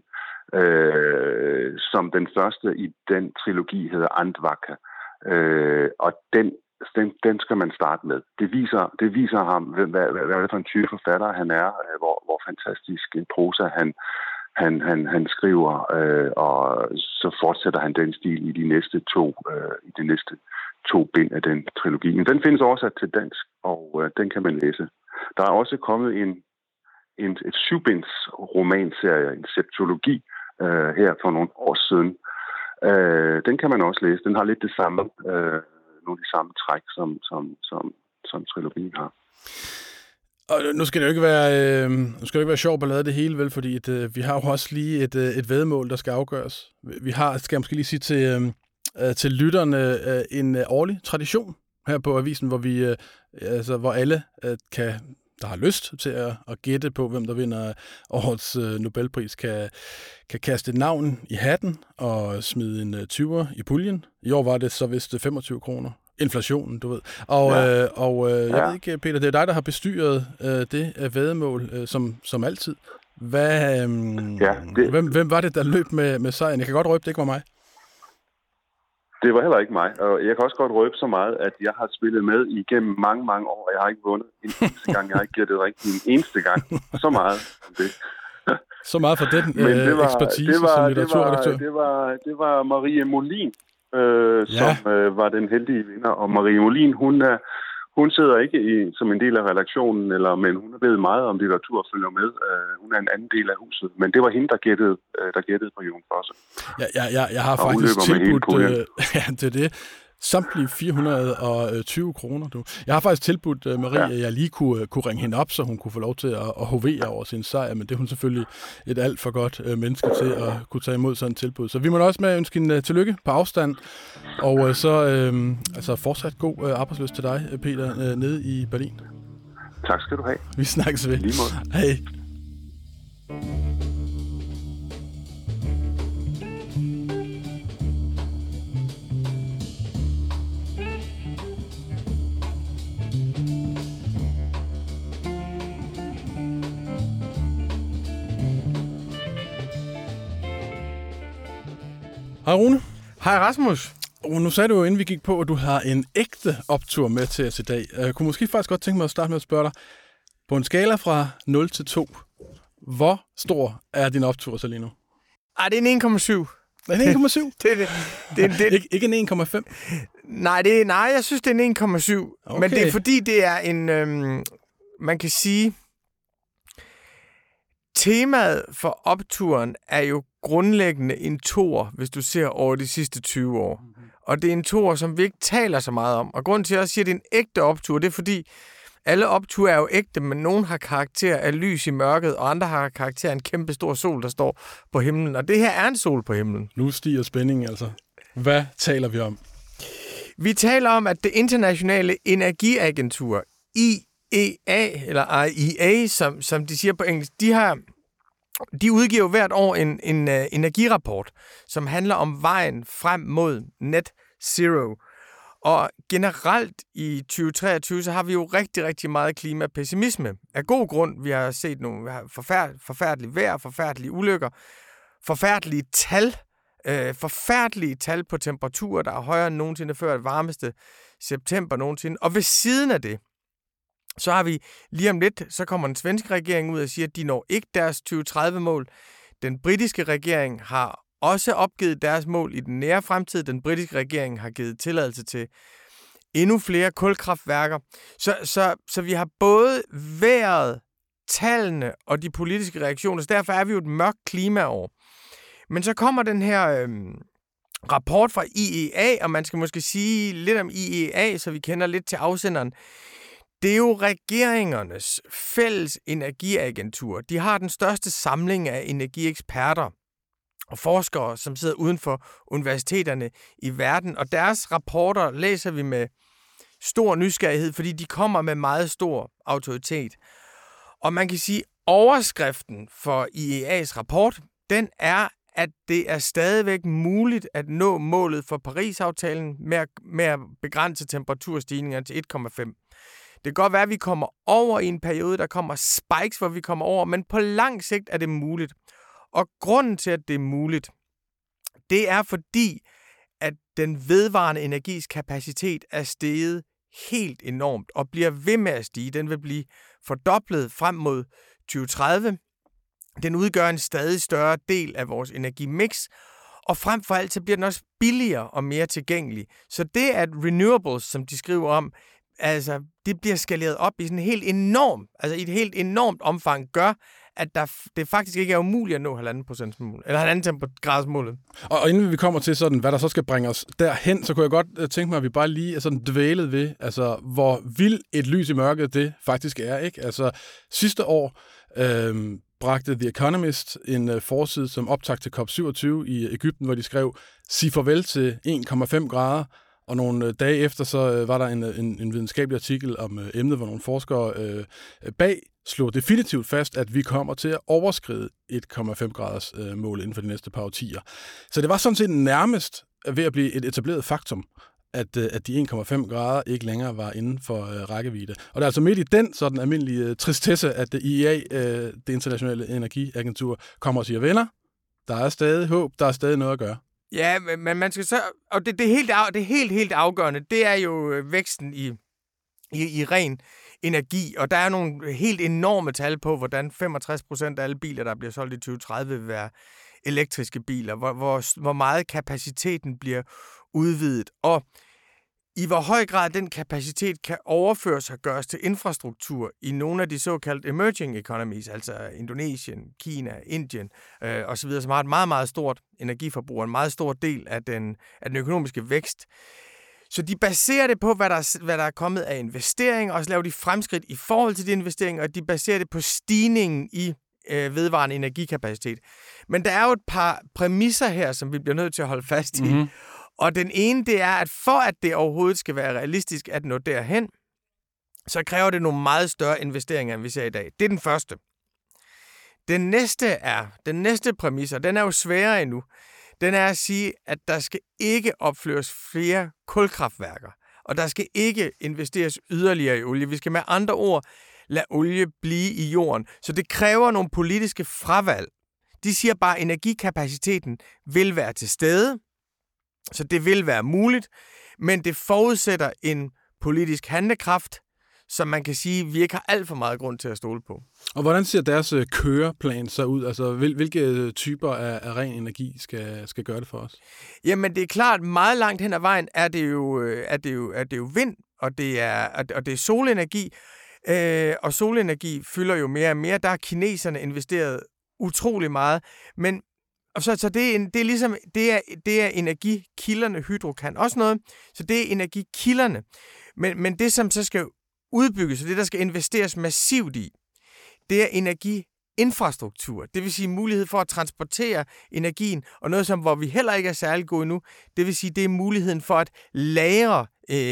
Som den første i den trilogi hedder Andvake. Og den skal man starte med. Det viser ham, hvad det er for en type forfatter han er, hvor fantastisk prosa han skriver, og så fortsætter han den stil i de næste to bind af den trilogi. Men den findes oversat til dansk, og den kan man læse. Der er også kommet et 7-binds romanserie, en septologi, her for nogle år siden. Den kan man også læse. Den har lidt det samme, nogle af de samme træk, som trilogien har. Og nu skal det jo ikke være sjovt at lade det hele, vel, fordi vi har jo også lige et væddemål, der skal afgøres. Skal jeg måske lige sige til lytterne, en årlig tradition her på avisen, hvor alle der har lyst til at gætte på, hvem der vinder årets Nobelpris, kan kaste et navn i hatten og smide en 20'er i puljen. I år var det så vist 25 kroner. Inflationen, du ved. Jeg ved ikke, Peter, det er dig, der har bestyret det væddemål, som altid. Hvem var det, der løb med sejren? Jeg kan godt røbe, det ikke var mig. Det var heller ikke mig, og jeg kan også godt røbe så meget, at jeg har spillet med igennem mange, mange år, og jeg har ikke vundet en eneste gang. Jeg har ikke gættet rigtigt en eneste gang. Så meget om det. Så meget for den ekspertise som litteraturredaktør. Det var Marie Molin, som var den heldige vinder. Og Marie Molin, hun sidder ikke som en del af redaktionen, men hun er ved meget om litteratur og følger med. Hun er en anden del af huset. Men det var hende, der gættede på Jon Fosse. Jeg har faktisk tilbudt det samtlige 420 kroner. Jeg har faktisk tilbudt Marie, at jeg lige kunne ringe hende op, så hun kunne få lov til at hovere over sin sejr, men det er hun selvfølgelig et alt for godt menneske til at kunne tage imod sådan et tilbud. Så vi må også med ønske hende tillykke på afstand, og så fortsat god arbejdslyst til dig, Peter, nede i Berlin. Tak skal du have. Vi snakkes ved. Lige måde. Hej. Hej Rune. Hej Rasmus. Nu sagde du jo, inden vi gik på, at du har en ægte optur med til os i dag. Jeg kunne måske faktisk godt tænke mig at starte med at spørge dig, på en skala fra 0 til 2, hvor stor er din optur så lige nu? Det er en 1,7. Det er en 1,7? det. Ikke en 1,5? Nej, jeg synes, det er en 1,7. Okay. Men det er fordi, det er en, man kan sige, temaet for opturen er jo grundlæggende en toer, hvis du ser over de sidste 20 år. Og det er en toer, som vi ikke taler så meget om. Og grunden til, at jeg siger, at det er en ægte optur, det er fordi, alle opture er jo ægte, men nogen har karakter af lys i mørket, og andre har karakter af en kæmpe stor sol, der står på himlen. Og det her er en sol på himlen. Nu stiger spændingen altså. Hvad taler vi om? Vi taler om, at det internationale energiagentur, IEA, eller IEA, som de siger på engelsk, de udgiver hvert år en energirapport, som handler om vejen frem mod net zero. Og generelt i 2023, så har vi jo rigtig, rigtig meget klimapessimisme. Af god grund, vi har set nogle forfærdelige vejr, forfærdelige ulykker, forfærdelige tal på temperaturer, der er højere end nogensinde før, det varmeste september nogensinde. Og ved siden af det, så har vi lige om lidt, så kommer den svenske regering ud og siger, at de når ikke deres 2030-mål. Den britiske regering har også opgivet deres mål i den nære fremtid. Den britiske regering har givet tilladelse til endnu flere kulkraftværker. Så vi har både været tallene og de politiske reaktioner, så derfor er vi jo et mørkt klimaår. Men så kommer den her rapport fra IEA, og man skal måske sige lidt om IEA, så vi kender lidt til afsenderen. Det er jo regeringernes fælles energiagentur. De har den største samling af energieksperter og forskere, som sidder uden for universiteterne i verden, og deres rapporter læser vi med stor nysgerrighed, fordi de kommer med meget stor autoritet. Og man kan sige, at overskriften for IEA's rapport, den er, at det er stadigvæk muligt at nå målet for Paris-aftalen med at begrænse temperaturstigninger til 1,5. Det kan godt være, at vi kommer over i en periode, der kommer spikes, hvor vi kommer over, men på lang sigt er det muligt. Og grunden til, at det er muligt, det er fordi, at den vedvarende energis kapacitet er steget helt enormt og bliver ved med at stige. Den vil blive fordoblet frem mod 2030. Den udgør en stadig større del af vores energimix, og frem for alt så bliver den også billigere og mere tilgængelig. Så det, at renewables, som de skriver om, altså det bliver skaleret op i sådan i et helt enormt omfang, gør, at det faktisk ikke er umuligt at nå 1,5% eller 1,5 graders målet. Og inden vi kommer til sådan, hvad der så skal bringe os derhen, så kunne jeg godt tænke mig, at vi bare lige er sådan dvælet ved, altså hvor vildt et lys i mørket det faktisk er, ikke? Altså sidste år bragte The Economist en forside som optakt til COP27 i Egypten, hvor de skrev, sig farvel til 1,5 grader, og nogle dage efter, så var der en videnskabelig artikel om emnet, hvor nogle forskere bag slog definitivt fast, at vi kommer til at overskride 1,5 graders mål inden for de næste par årtier. Så det var sådan set nærmest ved at blive et etableret faktum, at de 1,5 grader ikke længere var inden for rækkevidde. Og det er altså midt i den sådan almindelige tristesse, at IEA, det internationale energiagentur, kommer og siger, venner, der er stadig håb, der er stadig noget at gøre. Ja, men man skal så, og det helt afgørende, det er jo væksten i ren energi, og der er nogle helt enorme tal på, hvordan 65% af alle biler, der bliver solgt i 2030, vil være elektriske biler, hvor meget kapaciteten bliver udvidet, og i hvor høj grad den kapacitet kan overføres og gøres til infrastruktur i nogle af de såkaldte emerging economies, altså Indonesien, Kina, Indien osv., som har et meget, meget stort energiforbrug og en meget stor del af den økonomiske vækst. Så de baserer det på, hvad der er kommet af investeringer, og så laver de fremskridt i forhold til de investeringer, og de baserer det på stigningen i vedvarende energikapacitet. Men der er jo et par præmisser her, som vi bliver nødt til at holde fast i. Mm-hmm. Og den ene, det er, at for at det overhovedet skal være realistisk at nå derhen, så kræver det nogle meget større investeringer, end vi ser i dag. Det er den første. Den næste præmis, og den er jo sværere endnu, den er at sige, at der skal ikke opføres flere kulkraftværker, og der skal ikke investeres yderligere i olie. Vi skal med andre ord lade olie blive i jorden. Så det kræver nogle politiske fravalg. De siger bare, at energikapaciteten vil være til stede, så det vil være muligt, men det forudsætter en politisk handlekraft, som man kan sige, vi ikke har alt for meget grund til at stole på. Og hvordan ser deres køreplan så ud? Altså, hvilke typer af ren energi skal gøre det for os? Jamen, det er klart, meget langt hen ad vejen er det jo vind, og det er solenergi, og solenergi fylder jo mere og mere. Der har kineserne investeret utrolig meget, men så det er ligesom, det er energikilderne. Hydro kan også noget, så det er energikilderne. Men det, som så skal udbygges, og det, der skal investeres massivt i, det er energiinfrastruktur. Det vil sige mulighed for at transportere energien, og noget, hvor vi heller ikke er særlig gode nu, det vil sige, det er muligheden for at lagre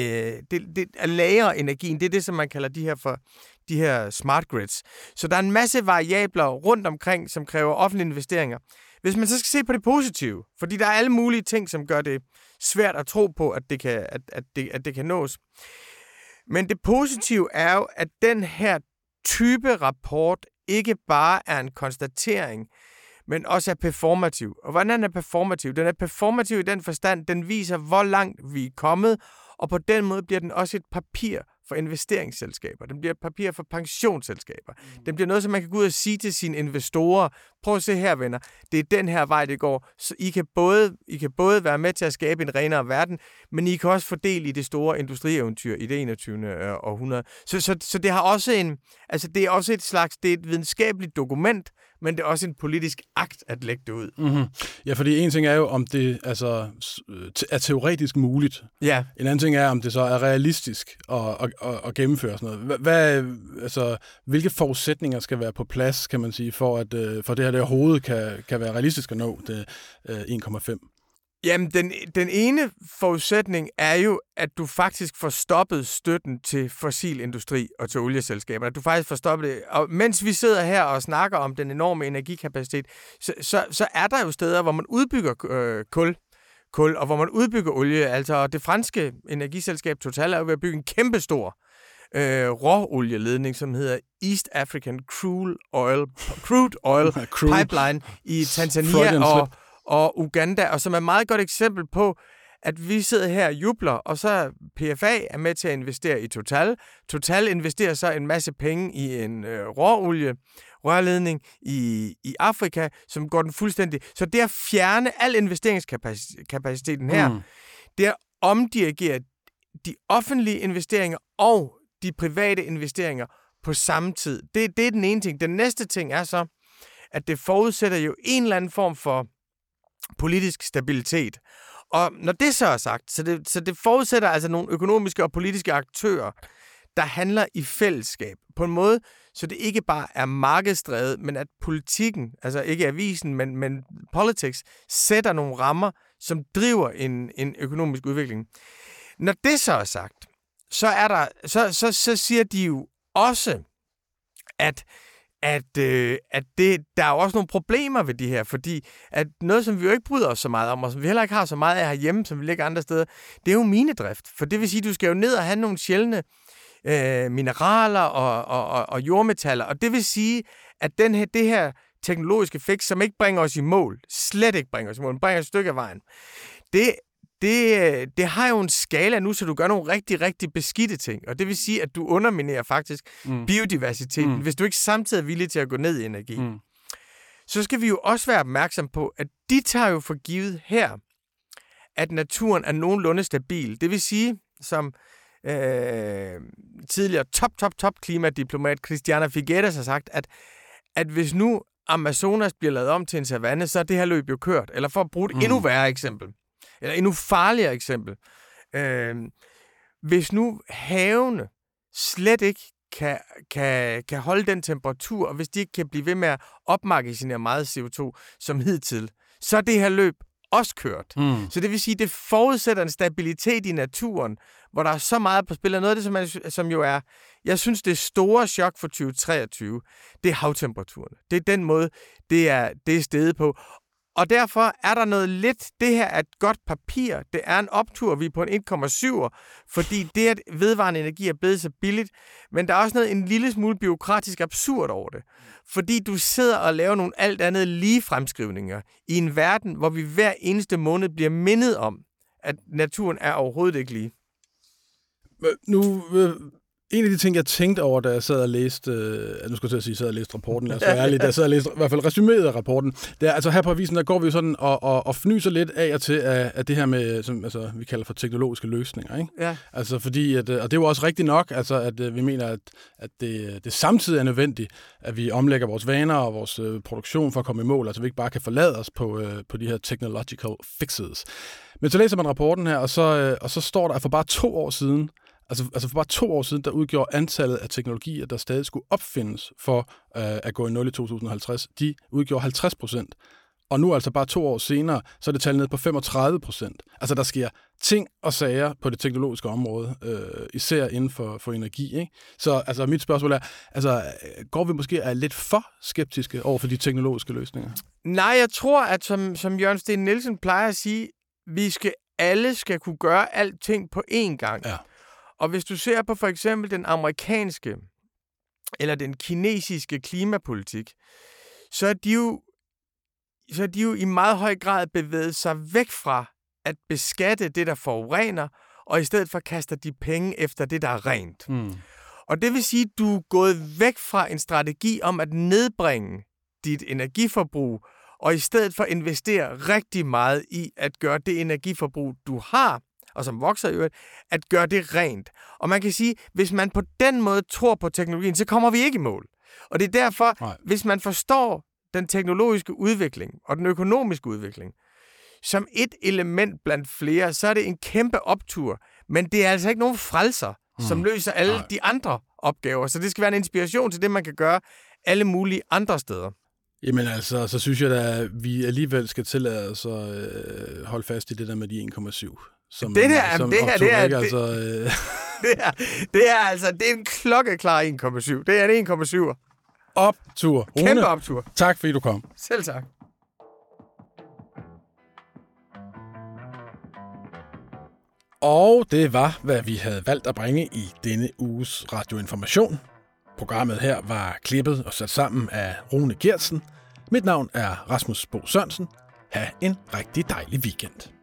energien. Det er det, som man kalder de her smart grids. Så der er en masse variabler rundt omkring, som kræver offentlige investeringer. Hvis man så skal se på det positive, fordi der er alle mulige ting, som gør det svært at tro på, at det kan nås. Men det positive er jo, at den her type rapport ikke bare er en konstatering, men også er performativ. Og hvordan er performativ? Den er performativ i den forstand, den viser, hvor langt vi er kommet, og på den måde bliver den også et papir for investeringsselskaber. Den bliver et papir for pensionsselskaber. Den bliver noget, som man kan gå ud og sige til sine investorer, prøv at se her, venner, det er den her vej, det går. Så I kan både være med til at skabe en renere verden, men I kan også fordele i det store industrieventyr i det 21. århundrede. Så det har også det er også det er et videnskabeligt dokument, men det er også en politisk akt at lægge det ud. Mm-hmm. Ja, fordi en ting er jo, om det er teoretisk muligt. Ja. En anden ting er, om det så er realistisk at gennemføre sådan noget. Hvilke forudsætninger skal være på plads, kan man sige, for det her overhovedet kan være realistisk at nå det 1,5? Jamen, den ene forudsætning er jo, at du faktisk får stoppet støtten til fossil industri og til olieselskaber. At du faktisk får stoppet det. Og mens vi sidder her og snakker om den enorme energikapacitet, så er der jo steder, hvor man udbygger kul, og hvor man udbygger olie. Altså, det franske energiselskab Total er jo ved at bygge en kæmpestor råolieledning, som hedder East African Crude Oil Pipeline i Tanzania og Uganda, og som er et meget godt eksempel på, at vi sidder her og jubler, og så PFA er med til at investere i Total. Total investerer så en masse penge i en rørledning i Afrika, som går den fuldstændig. Så det at fjerne al investeringskapaciteten her, det at omdirigere de offentlige investeringer og de private investeringer på samme tid. Det er den ene ting. Den næste ting er så, at det forudsætter jo en eller anden form for politisk stabilitet. Og når det så er sagt, så det forudsætter altså nogle økonomiske og politiske aktører, der handler i fællesskab på en måde, så det ikke bare er markedsdrevet, men at politikken, altså ikke avisen, men politics, sætter nogle rammer, som driver en økonomisk udvikling. Når det så er sagt, så siger de jo også, at der er også nogle problemer ved de her, fordi at noget, som vi jo ikke bryder os så meget om, og som vi heller ikke har så meget af herhjemme, som vi ligger andre steder, det er jo minedrift. For det vil sige, at du skal jo ned og have nogle sjældne mineraler og jordmetaller, og det vil sige, at det her teknologiske fix, som ikke bringer os i mål, slet ikke bringer os i mål, men bringer et stykke af vejen, det har jo en skala nu, så du gør nogle rigtig, rigtig beskidte ting. Og det vil sige, at du underminerer faktisk biodiversiteten, hvis du ikke samtidig er villig til at gå ned i energi. Så skal vi jo også være opmærksom på, at de tager jo for givet her, at naturen er nogenlunde stabil. Det vil sige, som tidligere top klimadiplomat Christiana Figueres har sagt, at hvis nu Amazonas bliver lavet om til en savanne, så er det her løb jo kørt. Eller for at bruge et endnu værre eksempel, eller endnu farligere eksempel. Hvis nu havene slet ikke kan holde den temperatur, og hvis de ikke kan blive ved med at opmagasinere meget CO2 som hidtil, så er det her løb også kørt. Så det vil sige, at det forudsætter en stabilitet i naturen, hvor der er så meget på spil. Og noget af det, som jo er, jeg synes, det store chok for 2023, det er havtemperaturen. Det er den måde, det er steget på. Og derfor er der noget lidt, det her er et godt papir, det er en optur, vi er på en 1,7, fordi det, at vedvarende energi er blevet så billigt, men der er også en lille smule bureaukratisk absurd over det. Fordi du sidder og laver nogle alt andet lige fremskrivninger i en verden, hvor vi hver eneste måned bliver mindet om, at naturen er overhovedet ikke lige. Nu... En af de ting, jeg tænkte over, da jeg sad og læste, nu skal jeg sige, læste rapporten, lad os være ærlig, da jeg sad og læste i hvert fald resuméet af rapporten, det er, altså her på avisen, der går vi jo sådan og fnyser lidt af og til af det her med, som altså, vi kalder for teknologiske løsninger, ikke? Ja. Altså fordi, og det er jo også rigtigt nok, altså at vi mener, at det samtidig er nødvendigt, at vi omlægger vores vaner og vores produktion for at komme i mål, altså vi ikke bare kan forlade os på de her technological fixes. Men så læser man rapporten her, og så står der, at for bare 2 år siden, Altså for bare 2 år siden, der udgjorde antallet af teknologier, der stadig skulle opfindes for at gå i 0 i 2050, de udgjorde 50%. Og nu altså bare 2 år senere, så er det tallet ned på 35%. Altså der sker ting og sager på det teknologiske område, især inden for energi, ikke? Så altså mit spørgsmål er, altså går vi måske er lidt for skeptiske over for de teknologiske løsninger? Nej, jeg tror, at som Jørgen Steen Nielsen plejer at sige, alle skal kunne gøre alting på én gang. Ja. Og hvis du ser på for eksempel den amerikanske eller den kinesiske klimapolitik, så er de jo i meget høj grad bevæget sig væk fra at beskatte det, der forurener, og i stedet for kaster de penge efter det, der er rent. Og det vil sige, at du er gået væk fra en strategi om at nedbringe dit energiforbrug, og i stedet for investere rigtig meget i at gøre det energiforbrug, du har, og som vokser i øvrigt, at gøre det rent. Og man kan sige, hvis man på den måde tror på teknologien, så kommer vi ikke i mål. Og det er derfor, hvis man forstår den teknologiske udvikling og den økonomiske udvikling som et element blandt flere, så er det en kæmpe optur. Men det er altså ikke nogen frelser, som løser alle de andre opgaver. Så det skal være en inspiration til det, man kan gøre alle mulige andre steder. Jamen altså, så synes jeg da, at vi alligevel skal tillade os at holde fast i det der med de 1,7. Som, det er en klokkeklar 1,7. Det er en 1,7'er. Optur. Rune, kæmpe optur. Tak fordi du kom. Selv tak. Og det var, hvad vi havde valgt at bringe i denne uges radioinformation. Programmet her var klippet og sat sammen af Rune Geertsen. Mit navn er Rasmus Bo Sørensen. Ha' en rigtig dejlig weekend.